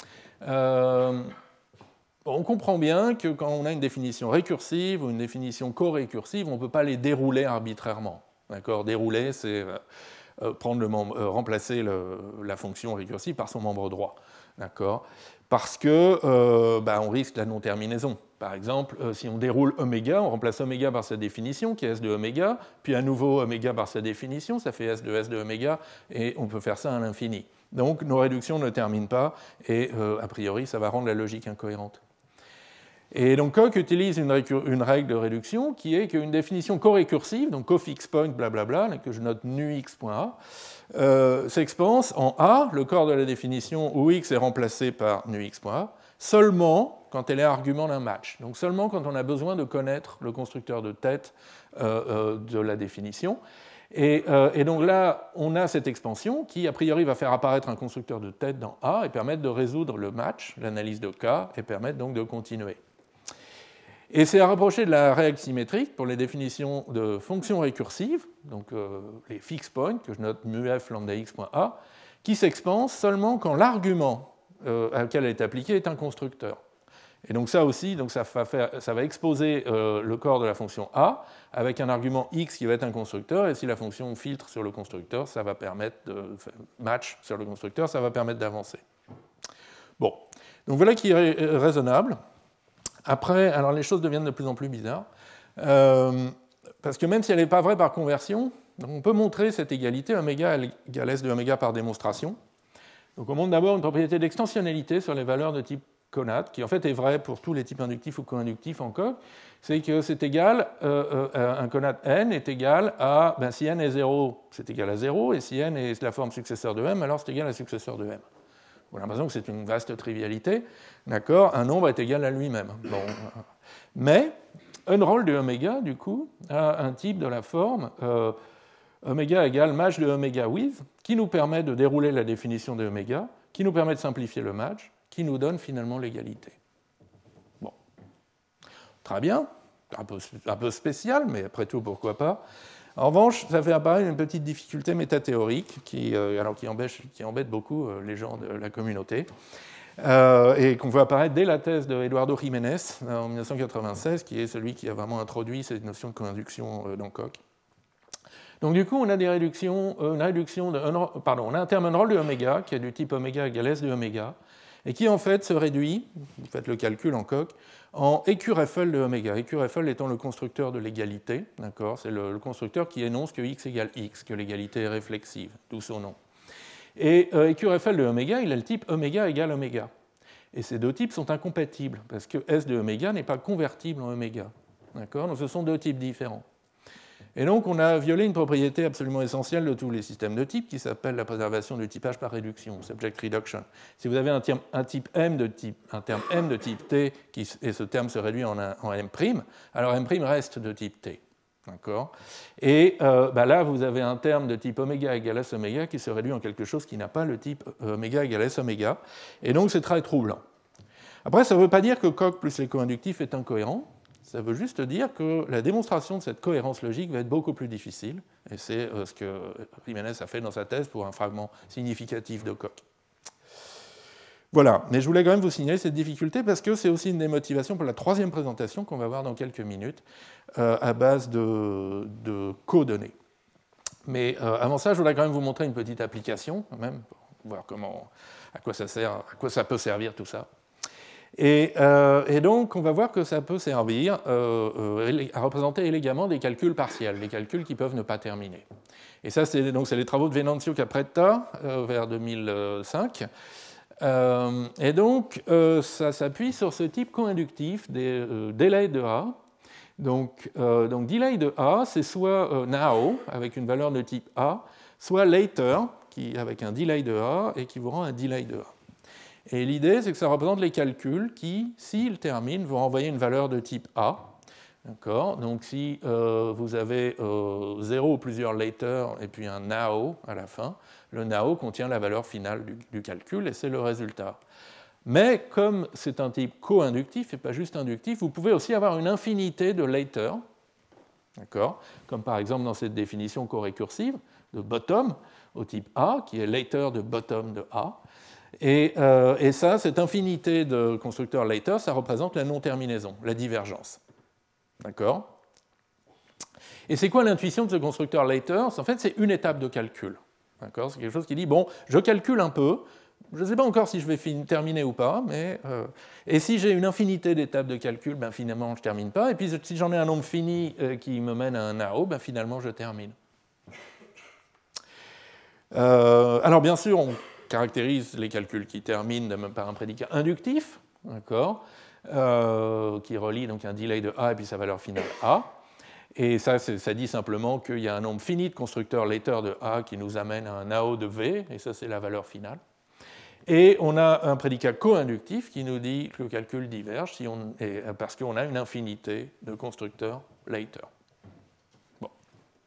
euh, On comprend bien que quand on a une définition récursive ou une définition co-récursive, on ne peut pas les dérouler arbitrairement. D'accord ? Dérouler, c'est euh, prendre le membre, euh, remplacer le, la fonction récursive par son membre droit. D'accord ? Parce que euh, bah, on risque la non-terminaison. Par exemple, euh, si on déroule oméga, on remplace oméga par sa définition, qui est S de oméga, puis à nouveau oméga par sa définition, ça fait S de S de oméga, et on peut faire ça à l'infini. Donc nos réductions ne terminent pas, et euh, a priori, ça va rendre la logique incohérente. Et donc Coq utilise une, récur- une règle de réduction qui est qu'une définition co-récursive, donc co-fixed point, blablabla, que je note nu x.a, euh, s'expanse en A, le corps de la définition où x est remplacé par nu x.a, seulement quand elle est argument d'un match. Donc seulement quand on a besoin de connaître le constructeur de tête euh, euh, de la définition. Et, euh, et donc là, on a cette expansion qui, a priori, va faire apparaître un constructeur de tête dans A et permettre de résoudre le match, l'analyse de K, et permettre donc de continuer. Et c'est à rapprocher de la règle symétrique pour les définitions de fonctions récursives, donc euh, les fixed points, que je note mu_f lambda x.a, qui s'expansent seulement quand l'argument euh, à lequel elle est appliquée est un constructeur. Et donc ça aussi, donc ça, va faire, ça va exposer euh, le corps de la fonction A avec un argument x qui va être un constructeur, et si la fonction filtre sur le constructeur, ça va permettre de match sur le constructeur, ça va permettre d'avancer. Bon, donc voilà qui est raisonnable. Après, alors les choses deviennent de plus en plus bizarres, euh, parce que même si elle n'est pas vraie par conversion, on peut montrer cette égalité oméga égale S de oméga par démonstration. Donc on montre d'abord une propriété d'extensionnalité sur les valeurs de type conat, qui en fait est vraie pour tous les types inductifs ou co-inductifs en coq, c'est que c'est égal, euh, euh, un conat n est égal à, ben, si n est zéro, c'est égal à zéro, et si n est la forme successeur de m, alors c'est égal à successeur de m. On a l'impression que c'est une vaste trivialité, d'accord, un nombre est égal à lui-même. Bon. Mais unroll de oméga, du coup, a un type de la forme euh, oméga égale match de oméga with, qui nous permet de dérouler la définition de oméga, qui nous permet de simplifier le match, qui nous donne finalement l'égalité. Bon, très bien, un peu, un peu spécial, mais après tout, pourquoi pas. En revanche, ça fait apparaître une petite difficulté métathéorique qui, euh, alors qui, embête, qui embête beaucoup euh, les gens de la communauté, euh, et qu'on voit apparaître dès la thèse de Eduardo Jiménez en mille neuf cent quatre-vingt-seize, qui est celui qui a vraiment introduit cette notion de coinduction euh, dans Coq. Donc du coup, on a des réductions, euh, une réduction de, pardon, on a un terme unroll de oméga qui est du type oméga égale S de oméga, et qui en fait se réduit, vous faites le calcul en Coq, en Ekur-Eiffel de oméga. Ekur-Eiffel étant le constructeur de l'égalité, d'accord, c'est le, le constructeur qui énonce que x égale x, que l'égalité est réflexive, d'où son nom. Et euh, Ekur-Eiffel de oméga, il a le type oméga égale oméga. Et ces deux types sont incompatibles, parce que S de oméga n'est pas convertible en oméga. D'accord, donc ce sont deux types différents. Et donc, on a violé une propriété absolument essentielle de tous les systèmes de type qui s'appelle la préservation du typage par réduction, subject reduction. Si vous avez un, terme, un, type M de type, un terme M de type T qui, et ce terme se réduit en, un, en M', alors M' reste de type T. D'accord ? Et euh, bah là, vous avez un terme de type oméga égale S oméga qui se réduit en quelque chose qui n'a pas le type oméga égale S oméga. Et donc, c'est très troublant. Après, ça ne veut pas dire que Coq plus les co-inductifs est incohérent. Ça veut juste dire que la démonstration de cette cohérence logique va être beaucoup plus difficile, et c'est ce que Jiménez a fait dans sa thèse pour un fragment significatif de Coq. Voilà, mais je voulais quand même vous signaler cette difficulté parce que c'est aussi une des motivations pour la troisième présentation qu'on va voir dans quelques minutes euh, à base de, de co-données. Mais euh, avant ça, je voudrais quand même vous montrer une petite application, quand même, pour voir comment, à quoi ça sert, à quoi ça peut servir tout ça. Et, euh, et donc, on va voir que ça peut servir euh, euh, à représenter élégamment des calculs partiels, des calculs qui peuvent ne pas terminer. Et ça, c'est, donc, c'est les travaux de Venanzio Capretta euh, vers deux mille cinq. Euh, et donc, euh, ça s'appuie sur ce type co-inductif des euh, delay de A. Donc, euh, donc, delay de A, c'est soit euh, now, avec une valeur de type A, soit later, qui, avec un delay de A, et qui vous rend un delay de A. Et l'idée, c'est que ça représente les calculs qui, s'ils terminent, vont renvoyer une valeur de type A. D'accord ? Donc si euh, vous avez euh, zéro ou plusieurs later et puis un now à la fin, le now contient la valeur finale du, du calcul et c'est le résultat. Mais comme c'est un type co-inductif et pas juste inductif, vous pouvez aussi avoir une infinité de later, d'accord ? Comme par exemple dans cette définition co-récursive de bottom au type A, qui est later de bottom de A. Et, euh, et ça, cette infinité de constructeurs later, ça représente la non-terminaison, la divergence. D'accord ? Et c'est quoi l'intuition de ce constructeur later ? En fait, c'est une étape de calcul. D'accord ? C'est quelque chose qui dit, bon, je calcule un peu, je ne sais pas encore si je vais fin- terminer ou pas, mais... Euh, et si j'ai une infinité d'étapes de calcul, ben, finalement, je ne termine pas. Et puis, si j'en ai un nombre fini euh, qui me mène à un now, ben, finalement, je termine. Euh, alors, bien sûr, on caractérise les calculs qui terminent par un prédicat inductif, d'accord, euh, qui relie donc un delay de A et puis sa valeur finale A. Et ça, ça dit simplement qu'il y a un nombre fini de constructeurs later de A qui nous amène à un now de V, et ça, c'est la valeur finale. Et on a un prédicat co-inductif qui nous dit que le calcul diverge si on, et, parce qu'on a une infinité de constructeurs later. Bon.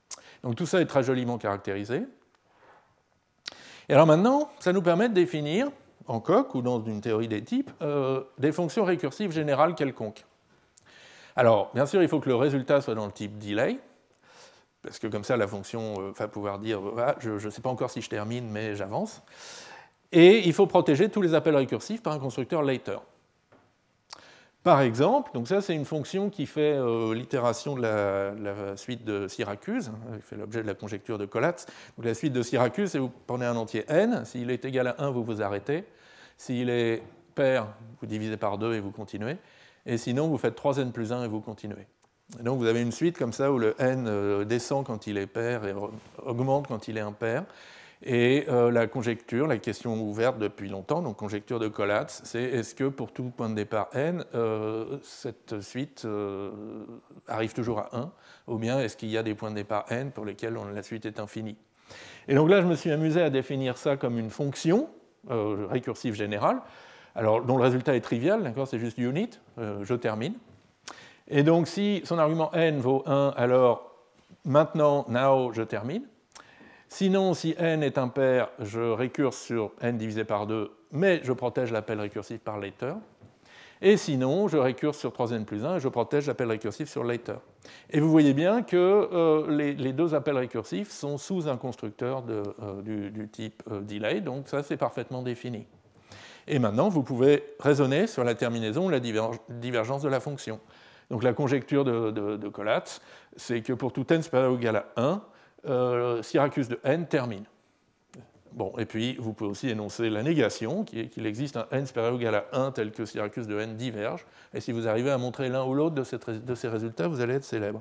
Donc tout ça est très joliment caractérisé. Et alors maintenant, ça nous permet de définir, en coq ou dans une théorie des types, euh, des fonctions récursives générales quelconques. Alors, bien sûr, il faut que le résultat soit dans le type delay, parce que comme ça, la fonction euh, va pouvoir dire ah, « je ne sais pas encore si je termine, mais j'avance ». Et il faut protéger tous les appels récursifs par un constructeur later. Par exemple, donc ça c'est une fonction qui fait euh, l'itération de la, la suite de Syracuse, qui fait l'objet de la conjecture de Collatz. Donc la suite de Syracuse, c'est vous prenez un entier n, s'il est égal à un, vous vous arrêtez, s'il est pair, vous divisez par deux et vous continuez, et sinon vous faites trois n plus un et vous continuez. Et donc vous avez une suite comme ça où le n euh, descend quand il est pair et augmente quand il est impair. Et euh, la conjecture, la question ouverte depuis longtemps, donc conjecture de Collatz, c'est est-ce que pour tout point de départ n, euh, cette suite euh, arrive toujours à un, ou bien est-ce qu'il y a des points de départ n pour lesquels on, la suite est infinie. Et donc là, je me suis amusé à définir ça comme une fonction euh, récursive générale, alors, dont le résultat est trivial, d'accord, c'est juste unit, euh, je termine. Et donc si son argument n vaut un, alors maintenant, now, je termine. Sinon, si n est impair, je récurse sur n divisé par deux, mais je protège l'appel récursif par later. Et sinon, je récurse sur trois n plus un et je protège l'appel récursif sur later. Et vous voyez bien que euh, les, les deux appels récursifs sont sous un constructeur de, euh, du, du type euh, delay, donc ça c'est parfaitement défini. Et maintenant, vous pouvez raisonner sur la terminaison ou la divergence de la fonction. Donc la conjecture de, de, de Collatz, c'est que pour tout n supérieur ou égal à un, Euh, Syracuse de n termine. Bon, et puis vous pouvez aussi énoncer la négation, qui est qu'il existe un n supérieur ou égal à un tel que Syracuse de n diverge, et si vous arrivez à montrer l'un ou l'autre de, de ces résultats, vous allez être célèbre.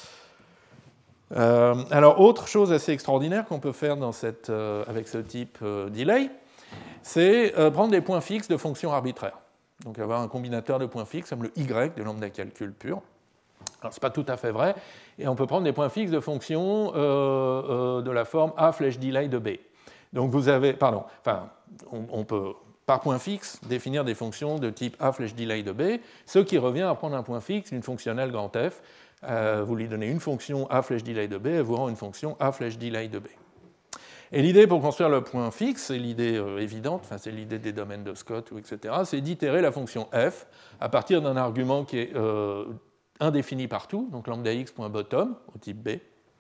Euh, alors, autre chose assez extraordinaire qu'on peut faire dans cette, euh, avec ce type euh, delay, c'est euh, prendre des points fixes de fonctions arbitraires. Donc avoir un combinateur de points fixes comme le y de lambda calcul pur. Alors, ce n'est pas tout à fait vrai, et on peut prendre des points fixes de fonctions euh, euh, de la forme a flèche delay de b. Donc vous avez, pardon, enfin, on, on peut par point fixe définir des fonctions de type a flèche delay de b, ce qui revient à prendre un point fixe, une fonctionnelle grand F, euh, vous lui donnez une fonction a flèche delay de b, elle vous rend une fonction a flèche delay de b. Et l'idée pour construire le point fixe, c'est l'idée euh, évidente, enfin, c'est l'idée des domaines de Scott, et cetera, c'est d'itérer la fonction f à partir d'un argument qui est euh, indéfini partout, donc lambda x.bottom au type b.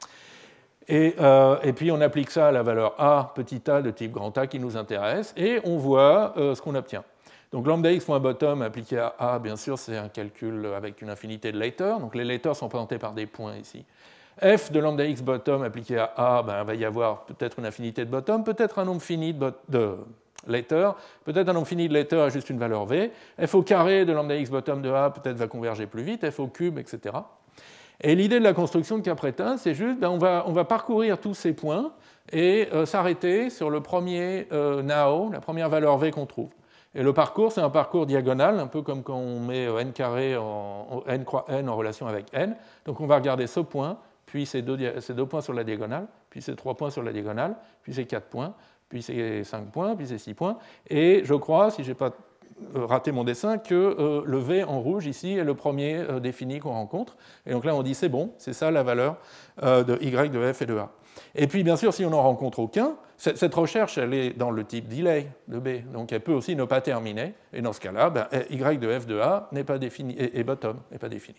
Et, euh, et puis on applique ça à la valeur a petit a de type grand A qui nous intéresse, et on voit euh, ce qu'on obtient. Donc lambda x.bottom appliqué à a, bien sûr, c'est un calcul avec une infinité de later, donc les later sont représentés par des points ici. F de lambda x bottom appliqué à a, ben, il va y avoir peut-être une infinité de bottom, peut-être un nombre fini de, de later, peut-être un nombre fini de later à juste une valeur v. F au carré de lambda x bottom de a peut-être va converger plus vite, f au cube, et cetera. Et l'idée de la construction de Caprettin, c'est juste, ben, on, va, on va parcourir tous ces points et euh, s'arrêter sur le premier euh, now, la première valeur v qu'on trouve. Et le parcours, c'est un parcours diagonal, un peu comme quand on met n carré en, n croix n en relation avec n. Donc on va regarder ce point, puis ces deux, ces deux points sur la diagonale, puis ces trois points sur la diagonale, puis ces quatre points, puis ces cinq points, puis ces six points. Et je crois, si je n'ai pas raté mon dessin, que euh, le V en rouge ici est le premier euh, défini qu'on rencontre. Et donc là, on dit c'est bon, c'est ça la valeur euh, de Y, de F et de A. Et puis, bien sûr, si on n'en rencontre aucun, cette recherche, elle est dans le type delay de B. Donc elle peut aussi ne pas terminer. Et dans ce cas-là, ben, Y de F de A n'est pas défini, et, et bottom n'est pas défini.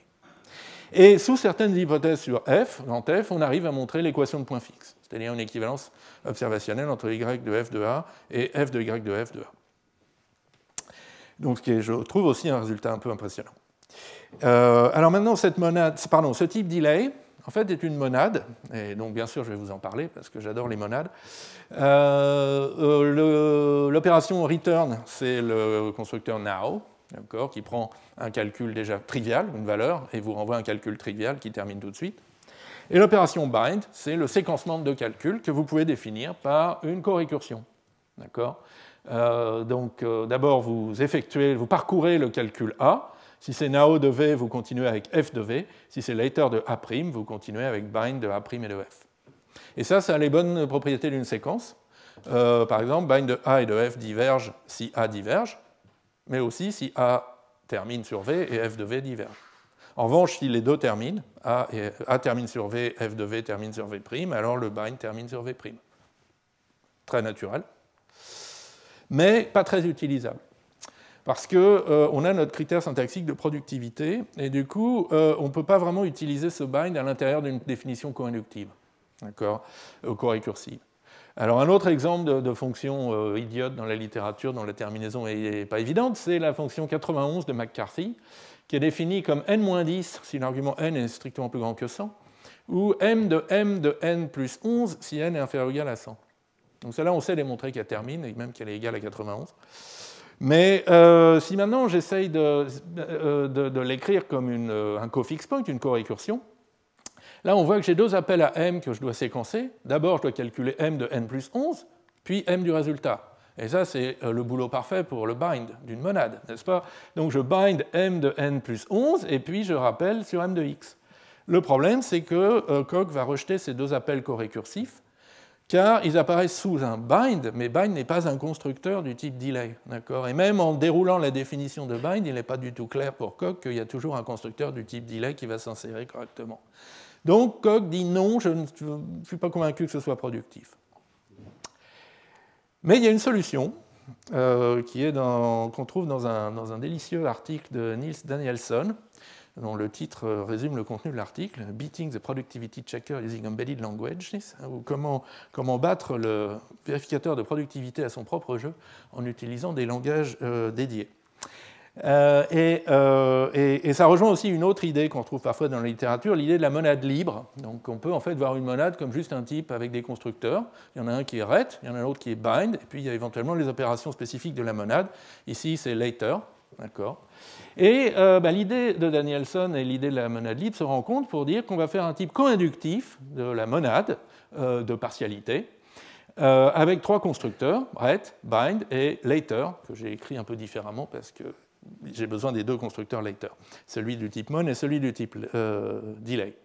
Et sous certaines hypothèses sur F, grand F, on arrive à montrer l'équation de point fixe, c'est-à-dire une équivalence observationnelle entre Y de F de A et F de Y de F de A. Donc, ce qui est, je trouve aussi un résultat un peu impressionnant. Euh, alors maintenant, cette monade, pardon, ce type delay, en fait, est une monade, et donc bien sûr, je vais vous en parler parce que j'adore les monades. Euh, euh, l'opération return, c'est le constructeur now, d'accord, qui prend un calcul déjà trivial, une valeur, et vous renvoie un calcul trivial qui termine tout de suite. Et l'opération bind, c'est le séquencement de deux calculs que vous pouvez définir par une corécursion. D'accord ? Euh, donc euh, d'abord, vous effectuez, vous parcourez le calcul A. Si c'est now de V, vous continuez avec F de V. Si c'est later de A', vous continuez avec bind de A' et de F. Et ça, ça a les bonnes propriétés d'une séquence. Euh, par exemple, bind de A et de F divergent si A diverge, mais aussi si A termine sur V et F de V diverge. En revanche, si les deux terminent, A, et, A termine sur V, F de V termine sur V', alors le bind termine sur V'. Très naturel, mais pas très utilisable. Parce qu'on euh, a notre critère syntaxique de productivité, et du coup, euh, on ne peut pas vraiment utiliser ce bind à l'intérieur d'une définition co-inductive, d'accord, euh, co-récursive. Alors, un autre exemple de, de fonction euh, idiote dans la littérature, dont la terminaison n'est pas évidente, c'est la fonction quatre-vingt-onze de McCarthy, qui est définie comme n moins dix si l'argument n est strictement plus grand que cent, ou m de m de n plus onze si n est inférieur ou égal à cent. Donc, celle-là, on sait démontrer qu'elle termine, et même qu'elle est égale à quatre-vingt-onze. Mais euh, si maintenant j'essaye de, de, de, de l'écrire comme une, un co-fix point, une co-récursion, là on voit que j'ai deux appels à m que je dois séquencer. D'abord, je dois calculer m de n plus onze, puis m du résultat. Et ça, c'est le boulot parfait pour le bind d'une monade, n'est-ce pas? Donc je bind m de n plus onze, et puis je rappelle sur m de x. Le problème, c'est que euh, Coq va rejeter ces deux appels co-récursifs, car ils apparaissent sous un bind, mais bind n'est pas un constructeur du type delay. Et même en déroulant la définition de bind, il n'est pas du tout clair pour Coq qu'il y a toujours un constructeur du type delay qui va s'insérer correctement. Donc Coq dit non, je ne suis pas convaincu que ce soit productif. Mais il y a une solution euh, qui est dans, qu'on trouve dans un, dans un délicieux article de Niels Danielson, dont le titre résume le contenu de l'article, « Beating the Productivity Checker Using Embedded Languages », ou comment, comment battre le vérificateur de productivité à son propre jeu en utilisant des langages euh, dédiés. Euh, et, euh, et, et ça rejoint aussi une autre idée qu'on retrouve parfois dans la littérature, l'idée de la monade libre. Donc on peut en fait voir une monade comme juste un type avec des constructeurs. Il y en a un qui est ret, il y en a un autre qui est bind, et puis il y a éventuellement les opérations spécifiques de la monade. Ici c'est later, d'accord. Et euh, bah, l'idée de Danielson et l'idée de la monade libre se rencontrent pour dire qu'on va faire un type co-inductif de la monade euh, de partialité euh, avec trois constructeurs, ret, bind et later, que j'ai écrit un peu différemment parce que j'ai besoin des deux constructeurs later, celui du type mon et celui du type euh, delay.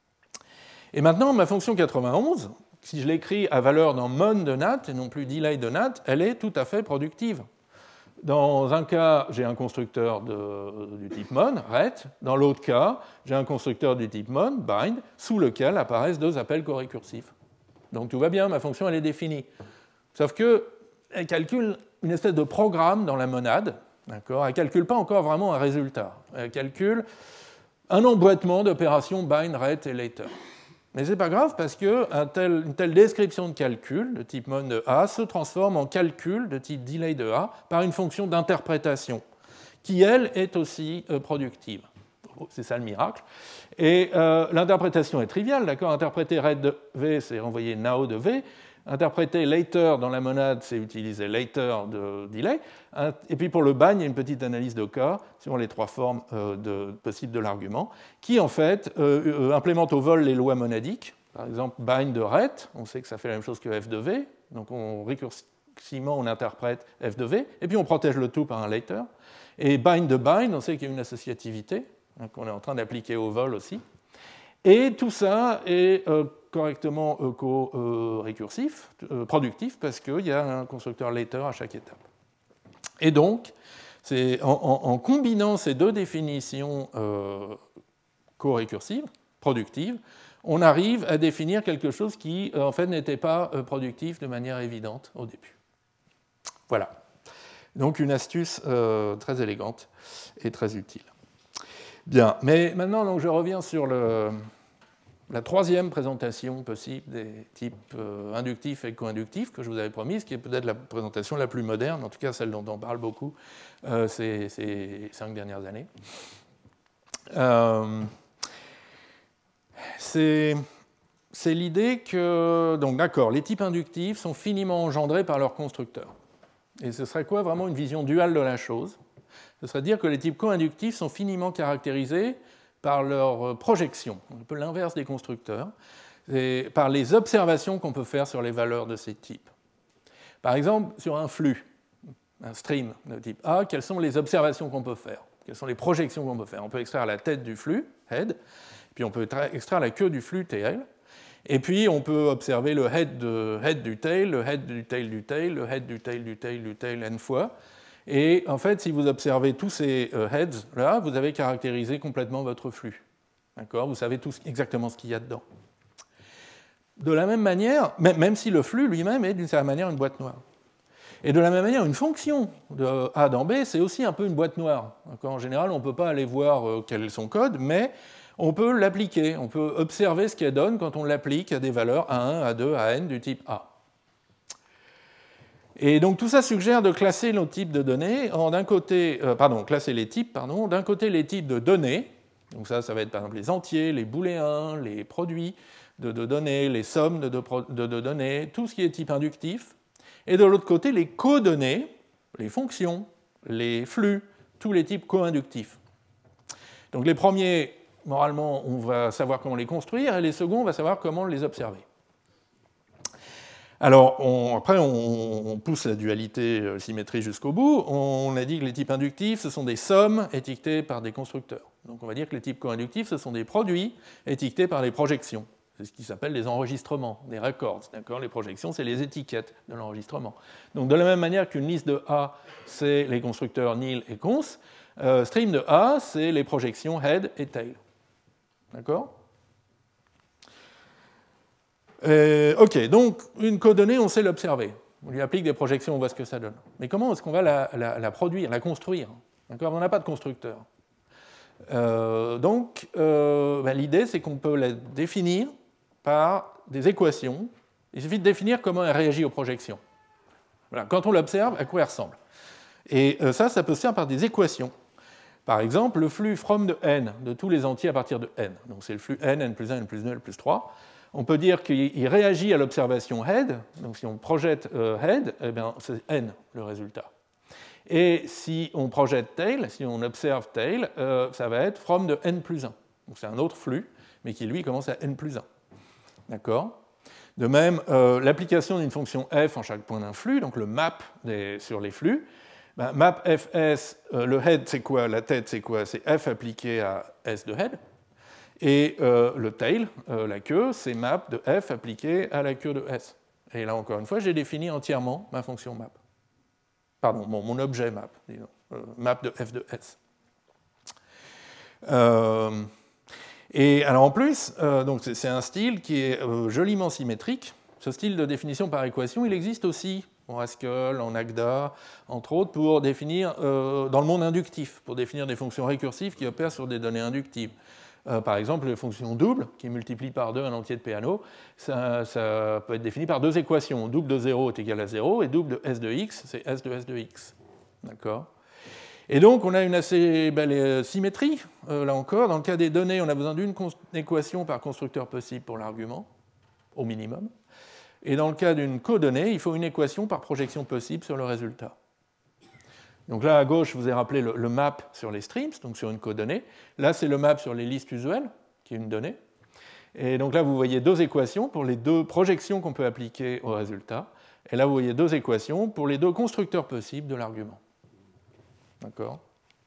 Et maintenant, ma fonction quatre-vingt-onze, si je l'écris à valeur dans mon de nat et non plus delay de nat, elle est tout à fait productive. Dans un cas, j'ai un constructeur de, du type mon, ret. Dans l'autre cas, j'ai un constructeur du type mon, bind, sous lequel apparaissent deux appels co-récursifs. Donc tout va bien, ma fonction elle est définie. Sauf qu'elle calcule une espèce de programme dans la monade. D'accord ? Elle ne calcule pas encore vraiment un résultat. Elle calcule un emboîtement d'opérations bind, ret et later. Mais ce n'est pas grave parce qu'une tel, telle description de calcul de type mon de A se transforme en calcul de type delay de A par une fonction d'interprétation qui, elle, est aussi euh, productive. C'est ça le miracle. Et euh, l'interprétation est triviale, d'accord ? Interpréter ret de V, c'est renvoyer now de V. Interpréter later dans la monade, c'est utiliser later de delay. Et puis pour le bind, il y a une petite analyse de cas sur les trois formes de, possibles de l'argument, qui en fait euh, implémente au vol les lois monadiques. Par exemple, bind de ret, on sait que ça fait la même chose que f de v, donc on, récursivement on interprète f de v, et puis on protège le tout par un later. Et bind de bind, on sait qu'il y a une associativité, qu'on est en train d'appliquer au vol aussi. Et tout ça est euh, correctement euh, co-récursif, euh, productif, parce qu'il y a un constructeur later à chaque étape. Et donc, c'est en, en, en combinant ces deux définitions euh, co-récursives, productives, on arrive à définir quelque chose qui, euh, en fait, n'était pas euh, productif de manière évidente au début. Voilà. Donc, une astuce euh, très élégante et très utile. Bien, mais maintenant, donc, je reviens sur le... la troisième présentation possible des types euh, inductifs et co-inductifs que je vous avais promise, qui est peut-être la présentation la plus moderne, en tout cas celle dont on parle beaucoup euh, ces, ces cinq dernières années. Euh, c'est, c'est l'idée que, donc d'accord, les types inductifs sont finiment engendrés par leur constructeur. Et ce serait quoi vraiment une vision duale de la chose ? Ce serait dire que les types co-inductifs sont finiment caractérisés par leur projection, un peu l'inverse des constructeurs, et par les observations qu'on peut faire sur les valeurs de ces types. Par exemple, sur un flux, un stream de type A, quelles sont les observations qu'on peut faire ? Quelles sont les projections qu'on peut faire ? On peut extraire la tête du flux, head, puis on peut extraire la queue du flux, tail, et puis on peut observer le head, de, head du tail, le head du tail du tail, le head du tail du tail du tail n fois, Et en fait, si vous observez tous ces euh, heads-là, vous avez caractérisé complètement votre flux. D'accord ? Vous savez tout, exactement ce qu'il y a dedans. De la même manière, même si le flux lui-même est d'une certaine manière une boîte noire. Et de la même manière, une fonction de A dans B, c'est aussi un peu une boîte noire. En général, on ne peut pas aller voir quel est son code, mais on peut l'appliquer. On peut observer ce qu'elle donne quand on l'applique à des valeurs A un, A deux, A n du type A. Et donc tout ça suggère de classer nos types de données en d'un côté, euh, pardon, classer les types, pardon, d'un côté les types de données. Donc ça, ça va être par exemple les entiers, les booléens, les produits de, de données, les sommes de, de, de, de données, tout ce qui est type inductif. Et de l'autre côté, les codonnées, les fonctions, les flux, tous les types co-inductifs. Donc les premiers, moralement, on va savoir comment les construire, et les seconds, on va savoir comment les observer. Alors, on, après, on, on pousse la dualité euh, symétrie jusqu'au bout. On a dit que les types inductifs, ce sont des sommes étiquetées par des constructeurs. Donc on va dire que les types co-inductifs, ce sont des produits étiquetés par les projections. C'est ce qui s'appelle les enregistrements, des records. D'accord ? Les projections, c'est les étiquettes de l'enregistrement. Donc de la même manière qu'une liste de A, c'est les constructeurs nil et cons, euh, stream de A, c'est les projections head et tail. D'accord ? euh, Ok, donc une codonnée, on sait l'observer. On lui applique des projections, on voit ce que ça donne. Mais comment est-ce qu'on va la, la, la produire, la construire ? D'accord ? On n'a pas de constructeur. Euh, donc, euh, ben, l'idée, c'est qu'on peut la définir par des équations. Il suffit de définir comment elle réagit aux projections. Voilà. Quand on l'observe, à quoi elle ressemble. Et euh, ça, ça peut se faire par des équations. Par exemple, le flux from de n, de tous les entiers à partir de n. Donc c'est le flux n, n plus un, n plus deux, n plus trois. On peut dire qu'il réagit à l'observation head. Donc si on projette euh, head, eh bien, c'est n le résultat. Et si on projette tail, si on observe tail, euh, ça va être from de n plus un. Donc c'est un autre flux, mais qui lui commence à n plus un. D'accord ? De même, euh, l'application d'une fonction f en chaque point d'un flux, donc le map des, sur les flux, ben, map fs, euh, le head c'est quoi? La tête c'est quoi? C'est f appliqué à s de head. Et euh, le tail, euh, la queue, c'est map de f appliqué à la queue de s. Et là encore une fois, j'ai défini entièrement ma fonction map. Pardon, mon, mon objet map, disons, euh, map de f de s. Euh, Et alors en plus, euh, donc c'est un style qui est euh, joliment symétrique. Ce style de définition par équation, il existe aussi en Haskell, en Agda, entre autres, pour définir, euh, dans le monde inductif, pour définir des fonctions récursives qui opèrent sur des données inductives. Euh, par exemple, les fonctions doubles, qui multiplient par deux un entier de Peano, ça, ça peut être défini par deux équations. Double de zéro est égal à zéro, et double de s de x, c'est s de s de x. D'accord ? Et donc, on a une assez belle symétrie, euh, là encore. Dans le cas des données, on a besoin d'une équation par constructeur possible pour l'argument, au minimum. Et dans le cas d'une codonnée, il faut une équation par projection possible sur le résultat. Donc là, à gauche, je vous ai rappelé le, le map sur les streams, donc sur une codonnée. Là, c'est le map sur les listes usuelles, qui est une donnée. Et donc là, vous voyez deux équations pour les deux projections qu'on peut appliquer au résultat. Et là, vous voyez deux équations pour les deux constructeurs possibles de l'argument. D'accord.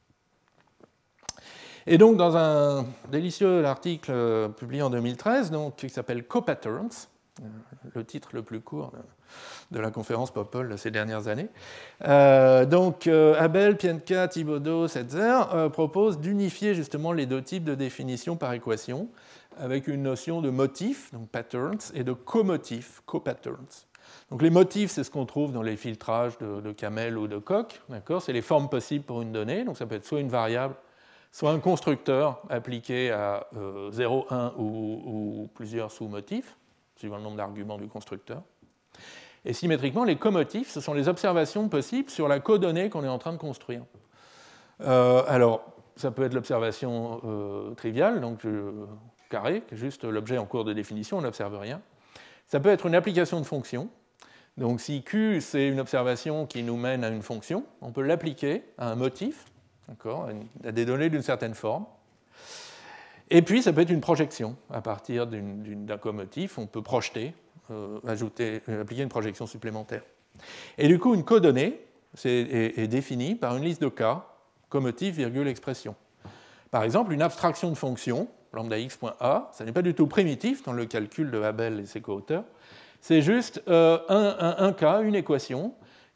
Et donc, dans un délicieux article publié en deux mille treize, donc, qui s'appelle Copatterns, le titre le plus court de la conférence Popol de ces dernières années, euh, donc euh, Abel, Pientka, Thibodeau, Setzer euh, proposent d'unifier justement les deux types de définition par équation avec une notion de motif, donc patterns, et de comotif, copatterns. Donc les motifs, c'est ce qu'on trouve dans les filtrages de, de Camel ou de Coq, d'accord ? C'est les formes possibles pour une donnée, donc ça peut être soit une variable, soit un constructeur appliqué à euh, zéro, un ou, ou plusieurs sous-motifs, suivant le nombre d'arguments du constructeur. Et symétriquement, les comotifs, ce sont les observations possibles sur la codonnée qu'on est en train de construire. Euh, alors, ça peut être l'observation euh, triviale, donc euh, carré, qui est juste l'objet en cours de définition, on n'observe rien. Ça peut être une application de fonction. Donc si Q, c'est une observation qui nous mène à une fonction, on peut l'appliquer à un motif, d'accord, à des données d'une certaine forme. Et puis, ça peut être une projection. À partir d'un comotif, on peut projeter, euh, ajouter, appliquer une projection supplémentaire. Et du coup, une codonnée est, est, est définie par une liste de cas, comotif, virgule, expression. Par exemple, une abstraction de fonction, lambda x.a, ça n'est pas du tout primitif dans le calcul de Abel et ses co-auteurs, c'est juste euh, un, un, un cas, une équation,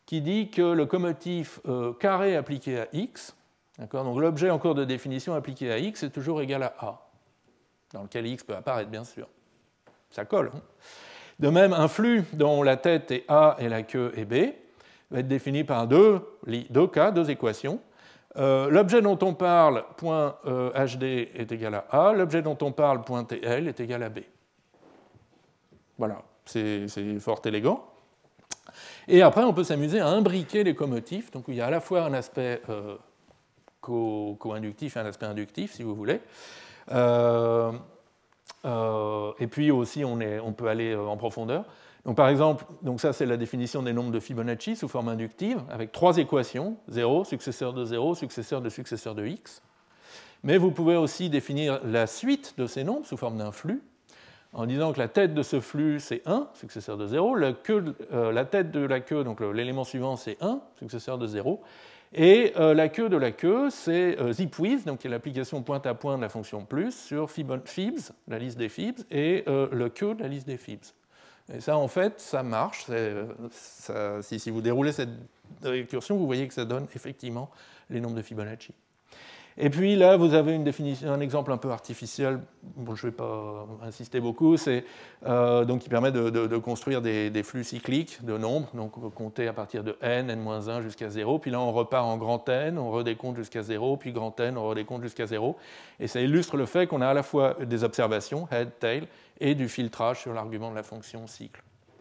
qui dit que le commotif euh, carré appliqué à x, donc l'objet en cours de définition appliqué à x est toujours égal à a, dans lequel x peut apparaître bien sûr. Ça colle. Hein. De même, un flux dont la tête est a et la queue est b va être défini par deux, deux cas, deux équations. Euh, l'objet dont on parle, point euh, hd, est égal à a, l'objet dont on parle, point tl, est égal à b. Voilà, c'est, c'est fort élégant. Et après, on peut s'amuser à imbriquer les commotifs, donc il y a à la fois un aspect euh, co- co-inductif et un aspect inductif, si vous voulez. Euh, Euh, et puis aussi, on, est, on peut aller en profondeur. Donc, par exemple, donc ça c'est la définition des nombres de Fibonacci sous forme inductive, avec trois équations, zéro, successeur de zéro, successeur de successeur de x. Mais vous pouvez aussi définir la suite de ces nombres sous forme d'un flux, en disant que la tête de ce flux c'est un, successeur de zéro, la, queue, euh, la tête de la queue, donc l'élément suivant c'est un, successeur de zéro, et euh, la queue de la queue, c'est euh, zipWidth, donc qui est l'application point à point de la fonction plus sur Fibs, la liste des Fibs, et euh, le queue de la liste des Fibs. Et ça, en fait, ça marche. Ça, si, si vous déroulez cette récursion, vous voyez que ça donne effectivement les nombres de Fibonacci. Et puis là, vous avez une définition, un exemple un peu artificiel, bon, je ne vais pas insister beaucoup, c'est, euh, donc, qui permet de, de, de construire des, des flux cycliques de nombres, donc compter à partir de n, n moins un jusqu'à zéro, puis là on repart en grand N, on redécompte jusqu'à zéro, puis grand N, on redécompte jusqu'à zéro, et ça illustre le fait qu'on a à la fois des observations, head, tail, et du filtrage sur l'argument de la fonction cycle.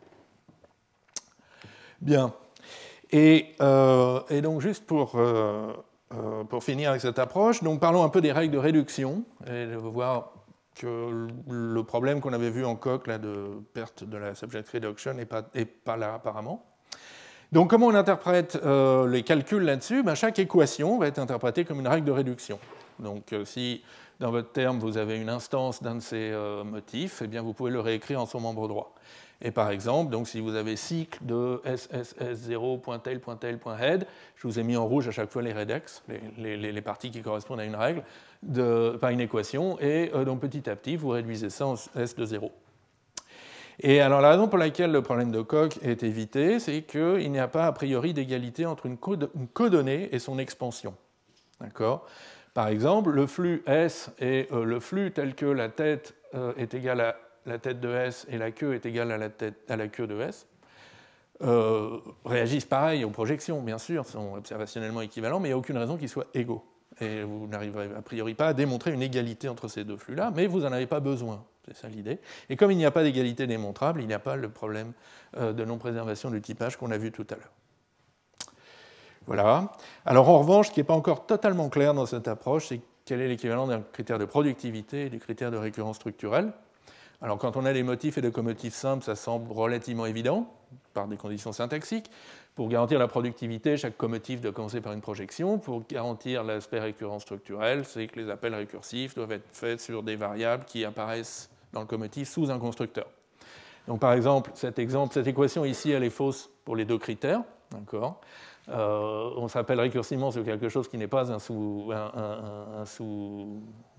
Bien. Et, euh, et donc juste pour... Euh, Pour finir avec cette approche, donc parlons un peu des règles de réduction, et de voir que le problème qu'on avait vu en Coq là, de perte de la subject reduction n'est pas, est pas là apparemment. Donc comment on interprète euh, les calculs là-dessus? Ben, chaque équation va être interprétée comme une règle de réduction. Donc euh, si dans votre terme vous avez une instance d'un de ces euh, motifs, eh bien, vous pouvez le réécrire en son membre droit. Et par exemple, donc, si vous avez cycle de S S S zéro, .tel, .tel, .head, je vous ai mis en rouge à chaque fois les redex, les, les, les parties qui correspondent à une règle, de, pas une équation, et euh, donc petit à petit, vous réduisez ça en S de zéro. Et alors la raison pour laquelle le problème de Coq est évité, c'est qu'il n'y a pas a priori d'égalité entre une, code, une codonnée et son expansion. D'accord ? Par exemple, le flux S et euh, le flux tel que la tête euh, est égale à la tête de S et la queue est égale à la, tête, à la queue de S, euh, réagissent pareil aux projections, bien sûr, sont observationnellement équivalents, mais il n'y a aucune raison qu'ils soient égaux. Et vous n'arriverez a priori pas à démontrer une égalité entre ces deux flux-là, mais vous n'en avez pas besoin, c'est ça l'idée. Et comme il n'y a pas d'égalité démontrable, il n'y a pas le problème euh, de non-préservation du typage qu'on a vu tout à l'heure. Voilà. Alors en revanche, ce qui n'est pas encore totalement clair dans cette approche, c'est quel est l'équivalent d'un critère de productivité et du critère de récurrence structurelle. Alors quand on a des motifs et des commotifs simples, ça semble relativement évident, par des conditions syntaxiques. Pour garantir la productivité, chaque commotif doit commencer par une projection. Pour garantir l'aspect récurrent structurel, c'est que les appels récursifs doivent être faits sur des variables qui apparaissent dans le commotif sous un constructeur. Donc par exemple, cet exemple, cette équation ici, elle est fausse pour les deux critères. D'accord. Euh, on s'appelle récursivement sur quelque chose qui n'est pas un sous... Un, un, un sous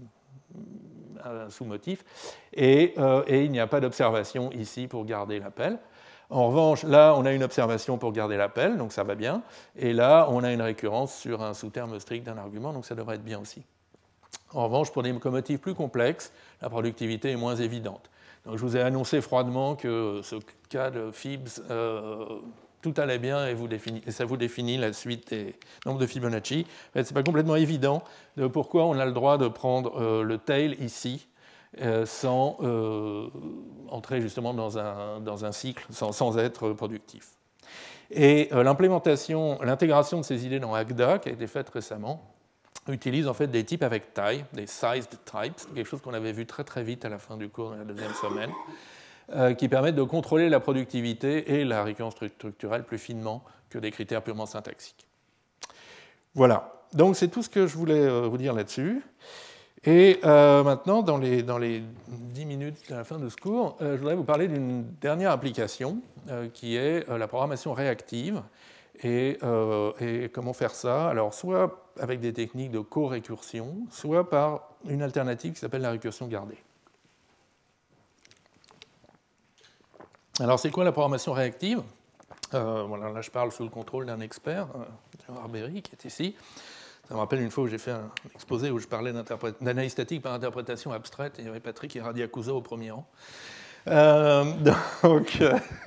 un sous-motif, et, euh, et il n'y a pas d'observation ici pour garder l'appel. En revanche, là, on a une observation pour garder l'appel, donc ça va bien, et là, on a une récurrence sur un sous-terme strict d'un argument, donc ça devrait être bien aussi. En revanche, pour des commotifs plus complexes, la productivité est moins évidente. Donc je vous ai annoncé froidement que ce cas de Fibs, euh, tout allait bien et, vous définit, et ça vous définit la suite des nombres de Fibonacci. En fait, ce n'est pas complètement évident de pourquoi on a le droit de prendre euh, le tail ici euh, sans euh, entrer justement dans un, dans un cycle, sans, sans être productif. Et euh, l'implémentation, l'intégration de ces idées dans Agda, qui a été faite récemment, utilise en fait des types avec taille, des sized types, quelque chose qu'on avait vu très très vite à la fin du cours de la deuxième semaine, euh, qui permettent de contrôler la productivité et la récurrence structurelle plus finement que des critères purement syntaxiques. Voilà, donc c'est tout ce que je voulais euh, vous dire là-dessus. Et euh, maintenant, dans les, dans les dix minutes à la fin de ce cours, euh, je voudrais vous parler d'une dernière application euh, qui est euh, la programmation réactive. Et, euh, et comment faire ça? Alors, soit avec des techniques de co-récursion, soit par une alternative qui s'appelle la récursion gardée. Alors, c'est quoi la programmation réactive? Euh, voilà, là, je parle sous le contrôle d'un expert, euh, Gérard Berry, qui est ici. Ça me rappelle une fois où j'ai fait un exposé où je parlais d'analyse statique par interprétation abstraite, et il y avait Patrick Iradiacusa au premier rang. Euh, donc,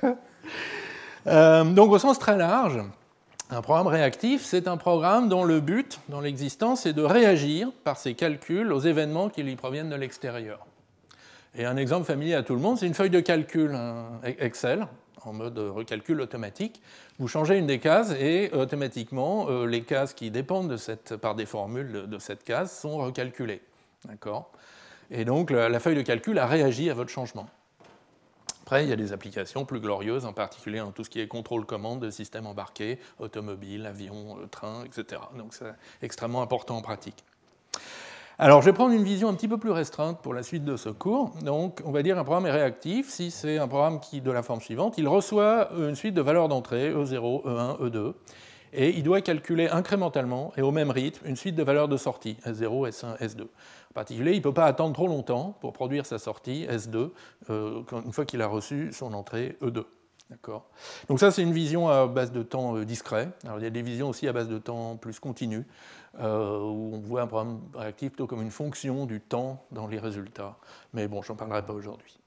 euh, donc, au sens très large, un programme réactif, c'est un programme dont le but, dans l'existence, est de réagir par ses calculs aux événements qui lui proviennent de l'extérieur. Et un exemple familier à tout le monde, c'est une feuille de calcul un Excel, en mode recalcul automatique. Vous changez une des cases et automatiquement, euh, les cases qui dépendent de cette, par des formules de, de cette case sont recalculées. D'accord ? Et donc, la, la feuille de calcul a réagi à votre changement. Après, il y a des applications plus glorieuses, en particulier en tout ce qui est contrôle-commande de systèmes embarqués, automobiles, avions, trains, et cetera. Donc, c'est extrêmement important en pratique. Alors, je vais prendre une vision un petit peu plus restreinte pour la suite de ce cours. Donc, on va dire un programme est réactif si c'est un programme qui, de la forme suivante, il reçoit une suite de valeurs d'entrée, E zéro, E un, E deux, et il doit calculer incrémentalement et au même rythme une suite de valeurs de sortie, S zéro, S un, S deux. En particulier, il ne peut pas attendre trop longtemps pour produire sa sortie, S deux, euh, une fois qu'il a reçu son entrée, E deux. D'accord. Donc ça, c'est une vision à base de temps euh, discret. Alors, il y a des visions aussi à base de temps plus continu, euh, où on voit un programme réactif plutôt comme une fonction du temps dans les résultats. Mais bon, je n'en parlerai pas aujourd'hui.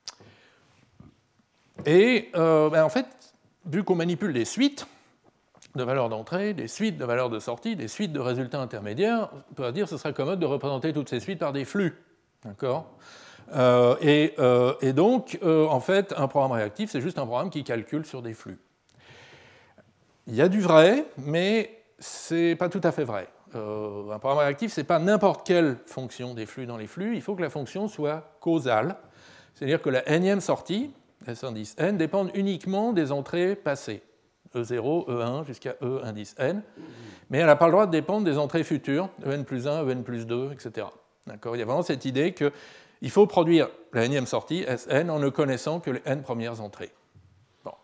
Et euh, ben, en fait, vu qu'on manipule des suites de valeurs d'entrée, des suites de valeurs de sortie, des suites de résultats intermédiaires, on peut dire que ce serait commode de représenter toutes ces suites par des flux. D'accord ? Euh, et, euh, et donc, euh, en fait, un programme réactif, c'est juste un programme qui calcule sur des flux. Il y a du vrai, mais ce n'est pas tout à fait vrai. Euh, un programme réactif, ce n'est pas n'importe quelle fonction des flux dans les flux, il faut que la fonction soit causale, c'est-à-dire que la énième sortie, S indice n, dépend uniquement des entrées passées, E zéro, E un jusqu'à E indice n, mais elle n'a pas le droit de dépendre des entrées futures, E n plus un, E n plus deux, et cetera. D'accord ? Il y a vraiment cette idée que il faut produire la énième sortie, Sn, en ne connaissant que les n premières entrées. Bon.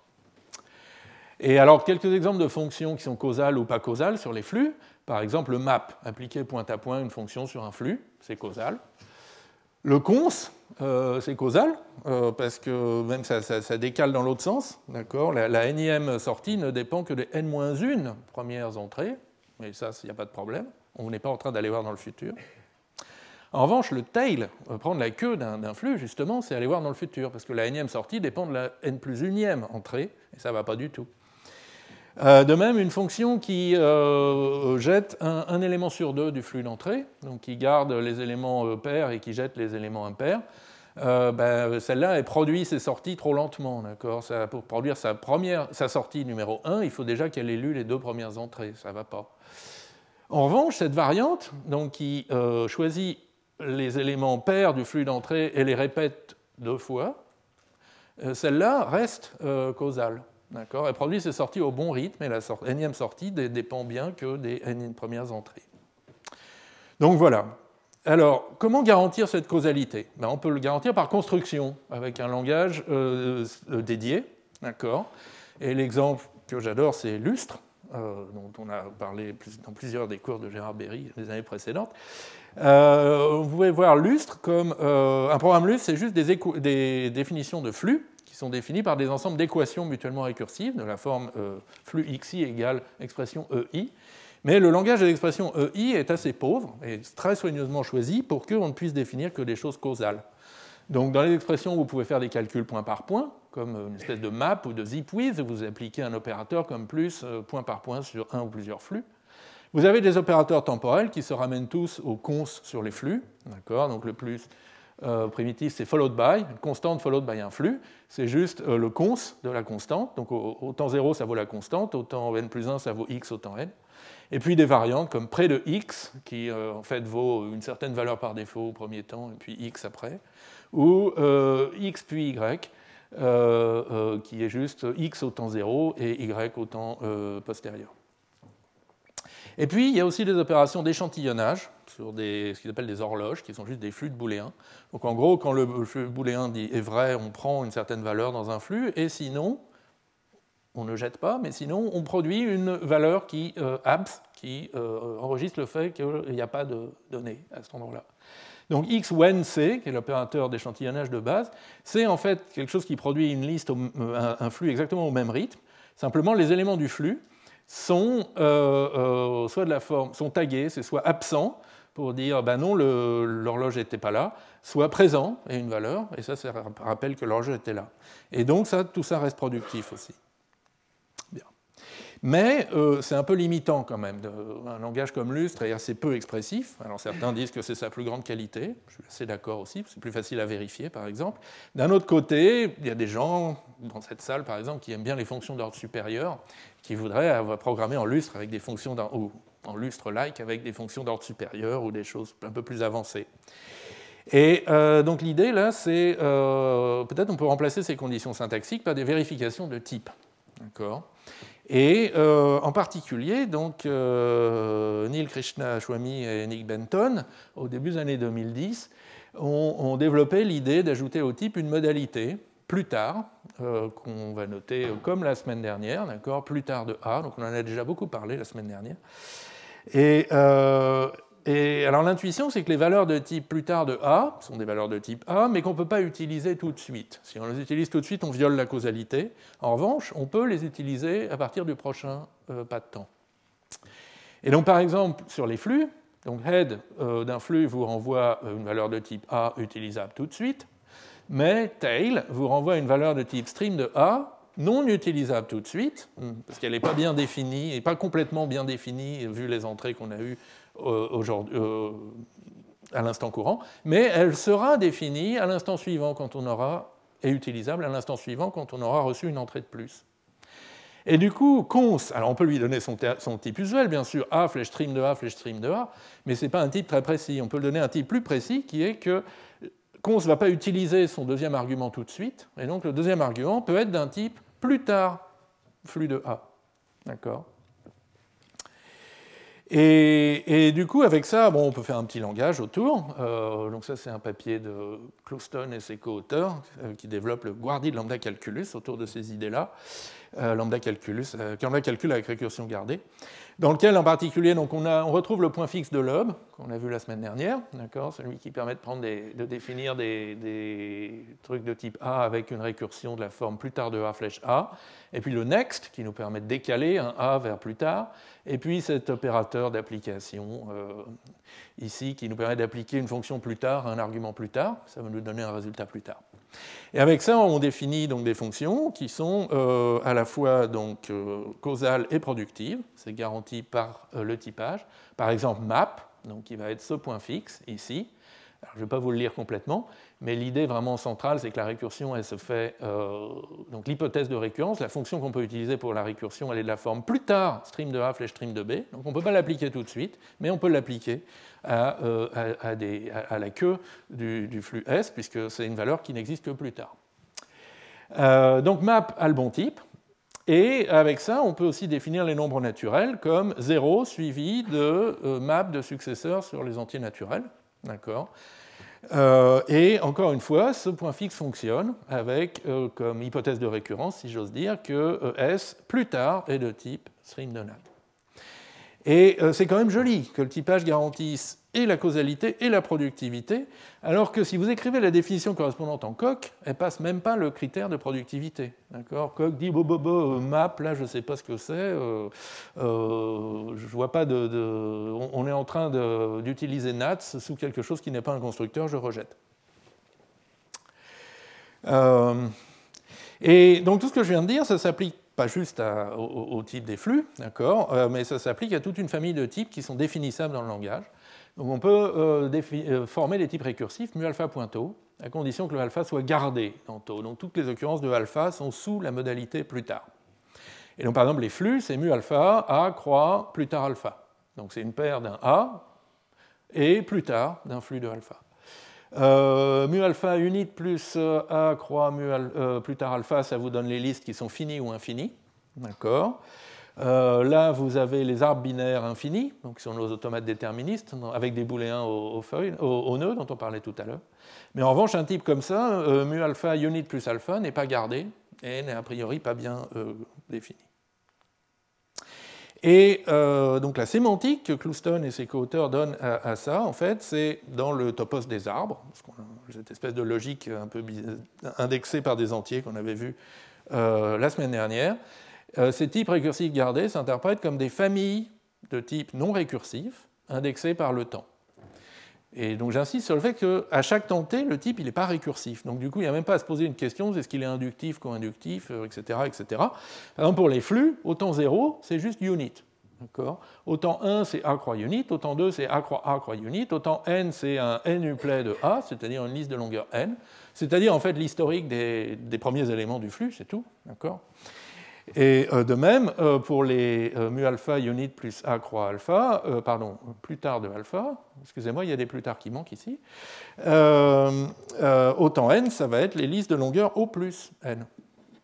Et alors, quelques exemples de fonctions qui sont causales ou pas causales sur les flux. Par exemple, le map, appliquer point à point une fonction sur un flux, c'est causal. Le cons, euh, c'est causal, euh, parce que même ça, ça, ça décale dans l'autre sens. D'accord ? La, la énième sortie ne dépend que des n moins un premières entrées, mais ça, il n'y a pas de problème. On n'est pas en train d'aller voir dans le futur. En revanche, le tail, prendre la queue d'un, d'un flux, justement, c'est aller voir dans le futur, parce que la énième sortie dépend de la n plus unième entrée, et ça ne va pas du tout. Euh, de même, une fonction qui euh, jette un, un élément sur deux du flux d'entrée, donc qui garde les éléments euh, pairs et qui jette les éléments impairs, euh, ben, celle-là, elle produit ses sorties trop lentement. D'accord ? Ça, pour produire sa, première, sa sortie numéro un, il faut déjà qu'elle ait lu les deux premières entrées, ça ne va pas. En revanche, cette variante, donc, qui euh, choisit les éléments pairs du flux d'entrée et les répète deux fois, euh, celle-là reste euh, causale. D'accord ? Elle produit ses sorties au bon rythme et la sort- énième sortie ne dépend bien que des n premières entrées. Donc voilà. Alors, comment garantir cette causalité ? Ben, on peut le garantir par construction, avec un langage euh, dédié. D'accord ? Et l'exemple que j'adore, c'est Lustre, euh, dont on a parlé dans plusieurs des cours de Gérard Berry les années précédentes. Euh, vous pouvez voir Lustre comme euh, un programme Lustre, c'est juste des, équ- des définitions de flux qui sont définies par des ensembles d'équations mutuellement récursives de la forme euh, flux xi égale expression ei. Mais le langage de l'expression ei est assez pauvre et très soigneusement choisi pour qu'on ne puisse définir que des choses causales. Donc dans les expressions, vous pouvez faire des calculs point par point, comme une espèce de map ou de zip-with, vous appliquez un opérateur comme plus euh, point par point sur un ou plusieurs flux. Vous avez des opérateurs temporels qui se ramènent tous au cons sur les flux. D'accord ? Donc le plus euh, primitif, c'est followed by, une constante followed by un flux. C'est juste euh, le cons de la constante. Donc au, au temps zéro, ça vaut la constante. Au temps n plus un, ça vaut x au temps n. Et puis des variantes comme près de x, qui euh, en fait vaut une certaine valeur par défaut au premier temps, et puis x après. Ou euh, x puis y, euh, euh, qui est juste x au temps zéro et y au temps euh, postérieur. Et puis, il y a aussi des opérations d'échantillonnage sur des, ce qu'ils appellent des horloges, qui sont juste des flux de booléens. Donc en gros, quand le flux booléen dit est vrai, on prend une certaine valeur dans un flux, et sinon, on ne jette pas, mais sinon, on produit une valeur qui euh, abs, qui euh, enregistre le fait qu'il n'y a pas de données à cet endroit-là. Donc x when c, qui est l'opérateur d'échantillonnage de base, c'est en fait quelque chose qui produit une liste, un flux exactement au même rythme. Simplement, les éléments du flux sont, euh, euh, soit de la forme, sont tagués, c'est soit absent, pour dire ben non, le, l'horloge n'était pas là, soit présent et une valeur, et ça, ça rappelle que l'horloge était là. Et donc, ça, tout ça reste productif aussi. Bien. Mais euh, c'est un peu limitant quand même. Un langage comme Lustre est assez peu expressif. Alors certains disent que c'est sa plus grande qualité, je suis assez d'accord aussi, c'est plus facile à vérifier par exemple. D'un autre côté, il y a des gens dans cette salle par exemple qui aiment bien les fonctions d'ordre supérieur, qui voudraient avoir programmé en Lustre avec des fonctions ou en Lustre-like avec des fonctions d'ordre supérieur ou des choses un peu plus avancées. Et euh, donc l'idée là, c'est euh, peut-être on peut remplacer ces conditions syntaxiques par des vérifications de type. D'accord ? Et euh, en particulier, donc, euh, Neil Krishnaswamy et Nick Benton, au début des années deux mille dix, ont, ont développé l'idée d'ajouter au type une modalité, plus tard, euh, qu'on va noter comme la semaine dernière, d'accord, plus tard de A, donc on en a déjà beaucoup parlé la semaine dernière. Et, euh, et alors l'intuition, c'est que les valeurs de type plus tard de A sont des valeurs de type A, mais qu'on ne peut pas utiliser tout de suite. Si on les utilise tout de suite, on viole la causalité. En revanche, on peut les utiliser à partir du prochain euh, pas de temps. Et donc par exemple, sur les flux, donc head euh, d'un flux vous renvoie une valeur de type A utilisable tout de suite, mais tail vous renvoie une valeur de type stream de A non utilisable tout de suite, parce qu'elle n'est pas bien définie, et pas complètement bien définie, vu les entrées qu'on a eues aujourd'hui, euh, à l'instant courant, mais elle sera définie à l'instant suivant quand on aura, et utilisable à l'instant suivant quand on aura reçu une entrée de plus. Et du coup, cons, alors on peut lui donner son, son type usuel, bien sûr, A, flèche stream de A, flèche stream de A, mais ce n'est pas un type très précis. On peut lui donner un type plus précis qui est que cons ne va pas utiliser son deuxième argument tout de suite, et donc le deuxième argument peut être d'un type plus tard flux de A. D'accord ? Et, et du coup, avec ça, bon, on peut faire un petit langage autour. Euh, donc ça, c'est un papier de Clouston et ses co-auteurs euh, qui développent le Guardi de lambda calculus autour de ces idées-là. Euh, lambda calculus, euh, lambda calcul avec récursion gardée, dans lequel en particulier donc on, a, on retrouve le point fixe de Loeb, qu'on a vu la semaine dernière, d'accord, celui qui permet de, prendre des, de définir des, des trucs de type A avec une récursion de la forme plus tard de A flèche A, et puis le next qui nous permet de décaler un A vers plus tard, et puis cet opérateur d'application euh, ici qui nous permet d'appliquer une fonction plus tard à un argument plus tard, ça va nous donner un résultat plus tard. Et avec ça, on définit donc des fonctions qui sont euh, à la fois donc, euh, causales et productives. C'est garanti par euh, le typage. Par exemple, map, donc, qui va être ce point fixe ici. Alors, je ne vais pas vous le lire complètement, mais l'idée vraiment centrale, c'est que la récursion, elle se fait... Euh, donc l'hypothèse de récurrence, la fonction qu'on peut utiliser pour la récursion, elle est de la forme plus tard, stream de A flèche stream de B. Donc on ne peut pas l'appliquer tout de suite, mais on peut l'appliquer à, euh, à, à, des, à, à la queue du, du flux S, puisque c'est une valeur qui n'existe que plus tard. Euh, donc map a le bon type. Et avec ça, on peut aussi définir les nombres naturels comme zéro suivi de euh, map de successeurs sur les entiers naturels. D'accord. Euh, et encore une fois, ce point fixe fonctionne avec euh, comme hypothèse de récurrence, si j'ose dire, que euh, S plus tard est de type stream de nappe. Et euh, c'est quand même joli que le typage garantisse et la causalité et la productivité, alors que si vous écrivez la définition correspondante en Coq, elle ne passe même pas le critère de productivité. D'accord ? Coq dit bo, bo, bo, map, là je ne sais pas ce que c'est, euh, euh, je vois pas de, de. On est en train de, d'utiliser Nats sous quelque chose qui n'est pas un constructeur, je rejette. Euh, et donc tout ce que je viens de dire, ça s'applique pas juste à, au, au type des flux, d'accord, euh, mais ça s'applique à toute une famille de types qui sont définissables dans le langage. Donc on peut euh, défi- euh, former des types récursifs mu alpha point tau, à condition que le alpha soit gardé dans tau. Donc toutes les occurrences de alpha sont sous la modalité plus tard. Et donc par exemple les flux, c'est mu alpha, A croix plus tard alpha. Donc c'est une paire d'un A et plus tard d'un flux de alpha. Euh, mu alpha unit plus A croix mu al, euh, plus tard alpha, ça vous donne les listes qui sont finies ou infinies. D'accord. Euh, là, vous avez les arbres binaires infinis, donc qui sont nos automates déterministes, avec des booléens aux, aux, feuilles, aux, aux nœuds dont on parlait tout à l'heure. Mais en revanche, un type comme ça, euh, mu alpha unit plus alpha, n'est pas gardé et n'est a priori pas bien euh, défini. Et euh, donc la sémantique que Clouston et ses co-auteurs donnent à, à ça, en fait, c'est dans le topos des arbres, parce qu'on a cette espèce de logique un peu indexée par des entiers qu'on avait vu euh, la semaine dernière. Euh, ces types récursifs gardés s'interprètent comme des familles de types non récursifs indexés par le temps. Et donc j'insiste sur le fait qu'à chaque temps t, le type n'est pas récursif. Donc du coup, il n'y a même pas à se poser une question, est-ce qu'il est inductif, co-inductif, et cetera, et cetera. Par exemple, pour les flux, au temps zéro, c'est juste unit. Au temps un, c'est A croix unit, au temps deux, c'est A croix A croix unit, au temps n, c'est un n-uplet de A, c'est-à-dire une liste de longueur n, c'est-à-dire en fait l'historique des, des premiers éléments du flux, c'est tout. D'accord ? Et euh, de même, euh, pour les euh, mu alpha unit plus A croix alpha, euh, pardon, plus tard de alpha, excusez-moi, il y a des plus tard qui manquent ici, euh, euh, au temps n, ça va être les listes de longueur O plus n. D'accord ?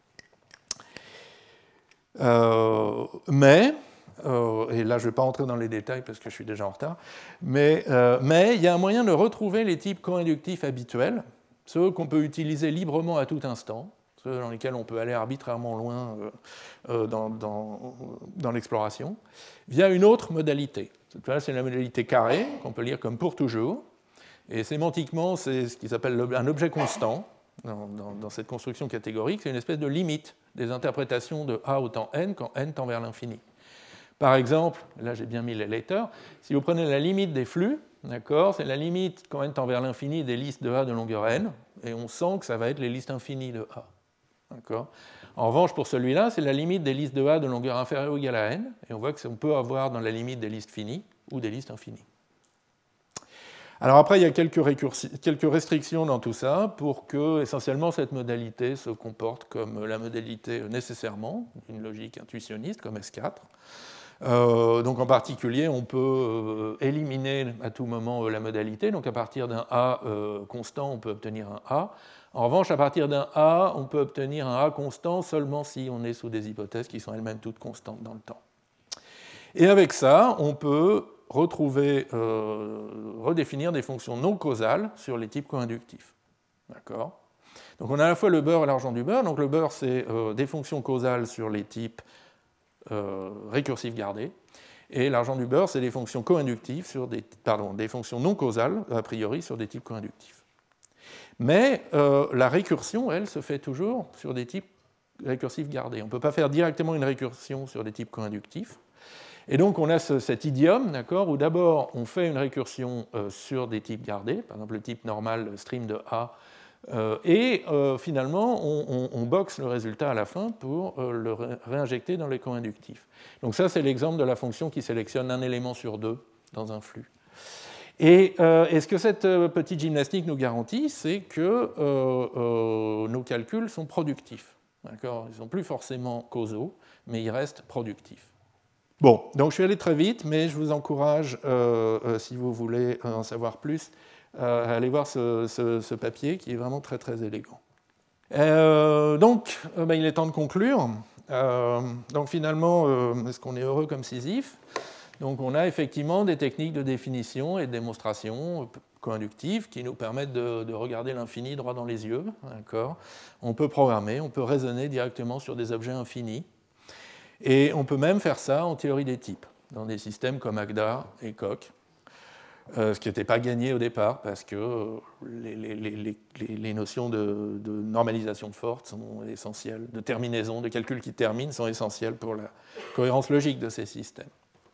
Euh, mais, euh, et là je ne vais pas entrer dans les détails parce que je suis déjà en retard, mais, euh, mais il y a un moyen de retrouver les types co-inductifs habituels, ceux qu'on peut utiliser librement à tout instant, ceux dans lesquels on peut aller arbitrairement loin euh, euh, dans, dans, dans l'exploration, via une autre modalité. Cette fois-là, c'est la modalité carrée, qu'on peut lire comme pour toujours, et sémantiquement, c'est ce qu'ils appellent un objet constant. Dans, dans, dans cette construction catégorique, c'est une espèce de limite des interprétations de A au temps n quand n tend vers l'infini. Par exemple, là j'ai bien mis les later, si vous prenez la limite des flux, d'accord, c'est la limite quand n tend vers l'infini des listes de A de longueur n, et on sent que ça va être les listes infinies de A. D'accord. En revanche, pour celui-là, c'est la limite des listes de A de longueur inférieure ou égale à n, et on voit qu'on peut avoir dans la limite des listes finies ou des listes infinies. Alors après, il y a quelques, quelques restrictions dans tout ça pour que, essentiellement, cette modalité se comporte comme la modalité nécessairement, une logique intuitionniste, comme S quatre. Euh, donc en particulier, on peut euh, éliminer à tout moment euh, la modalité. Donc à partir d'un A euh, constant, on peut obtenir un A. En revanche, à partir d'un A, on peut obtenir un A constant seulement si on est sous des hypothèses qui sont elles-mêmes toutes constantes dans le temps. Et avec ça, on peut retrouver, euh, redéfinir des fonctions non causales sur les types co-inductifs. D'accord ? Donc on a à la fois le beurre et l'argent du beurre. Donc le beurre, c'est euh, des fonctions causales sur les types euh, récursifs gardés. Et l'argent du beurre, c'est des fonctions co-inductives sur des, pardon, des fonctions non causales, a priori, sur des types co-inductifs. Mais euh, la récursion, elle, se fait toujours sur des types récursifs gardés. On ne peut pas faire directement une récursion sur des types co-inductifs. Et donc on a ce, cet idiome, d'accord, où d'abord on fait une récursion euh, sur des types gardés, par exemple le type normal stream de A, euh, et euh, finalement on, on, on boxe le résultat à la fin pour euh, le ré- réinjecter dans les co-inductifs. Donc ça c'est l'exemple de la fonction qui sélectionne un élément sur deux dans un flux. Et, euh, et ce que cette petite gymnastique nous garantit, c'est que euh, euh, nos calculs sont productifs. D'accord ? Ils ne sont plus forcément causaux, mais ils restent productifs. Bon, donc je suis allé très vite, mais je vous encourage, euh, euh, si vous voulez en savoir plus, euh, à aller voir ce, ce, ce papier qui est vraiment très très élégant. Euh, donc, euh, ben, il est temps de conclure. Euh, donc finalement, euh, est-ce qu'on est heureux comme Sisyphe ? Donc on a effectivement des techniques de définition et de démonstration co-inductives qui nous permettent de, de regarder l'infini droit dans les yeux. D'accord ? On peut programmer, on peut raisonner directement sur des objets infinis. Et on peut même faire ça en théorie des types, dans des systèmes comme Agda et Coq, euh, ce qui n'était pas gagné au départ, parce que euh, les, les, les, les notions de, de normalisation forte sont essentielles, de terminaison, de calcul qui termine, sont essentielles pour la cohérence logique de ces systèmes.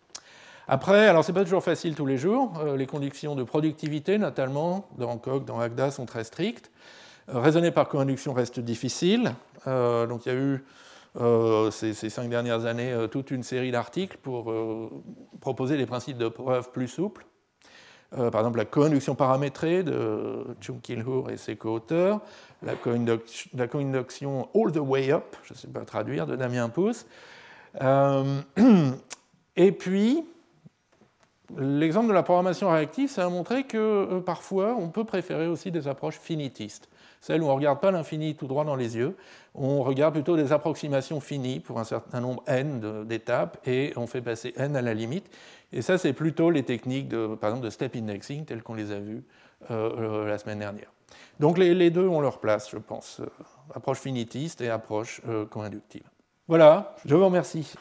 Après, alors c'est pas toujours facile tous les jours, euh, les conditions de productivité, notamment dans Coq, dans Agda, sont très strictes. Euh, raisonner par co-induction reste difficile, euh, donc il y a eu Euh, ces, ces cinq dernières années, euh, toute une série d'articles pour euh, proposer des principes de preuve plus souples. Euh, par exemple, la co-induction paramétrée de Chung-Kil-Hoor et ses co-auteurs, la co-induction, la co-induction all the way up, je ne sais pas traduire, de Damien Pousse. Euh, et puis, l'exemple de la programmation réactive, ça a montré que euh, parfois, on peut préférer aussi des approches finitistes. Celles où on ne regarde pas l'infini tout droit dans les yeux, on regarde plutôt des approximations finies pour un certain nombre n d'étapes et on fait passer n à la limite. Et ça, c'est plutôt les techniques, de, par exemple, de step indexing telles qu'on les a vues euh, la semaine dernière. Donc les, les deux ont leur place, je pense, euh, approche finitiste et approche euh, co-inductive. Voilà, je vous remercie.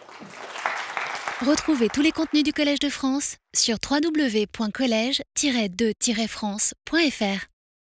Retrouvez tous les contenus du Collège de France sur w w w point collège tiret de tiret france point f r.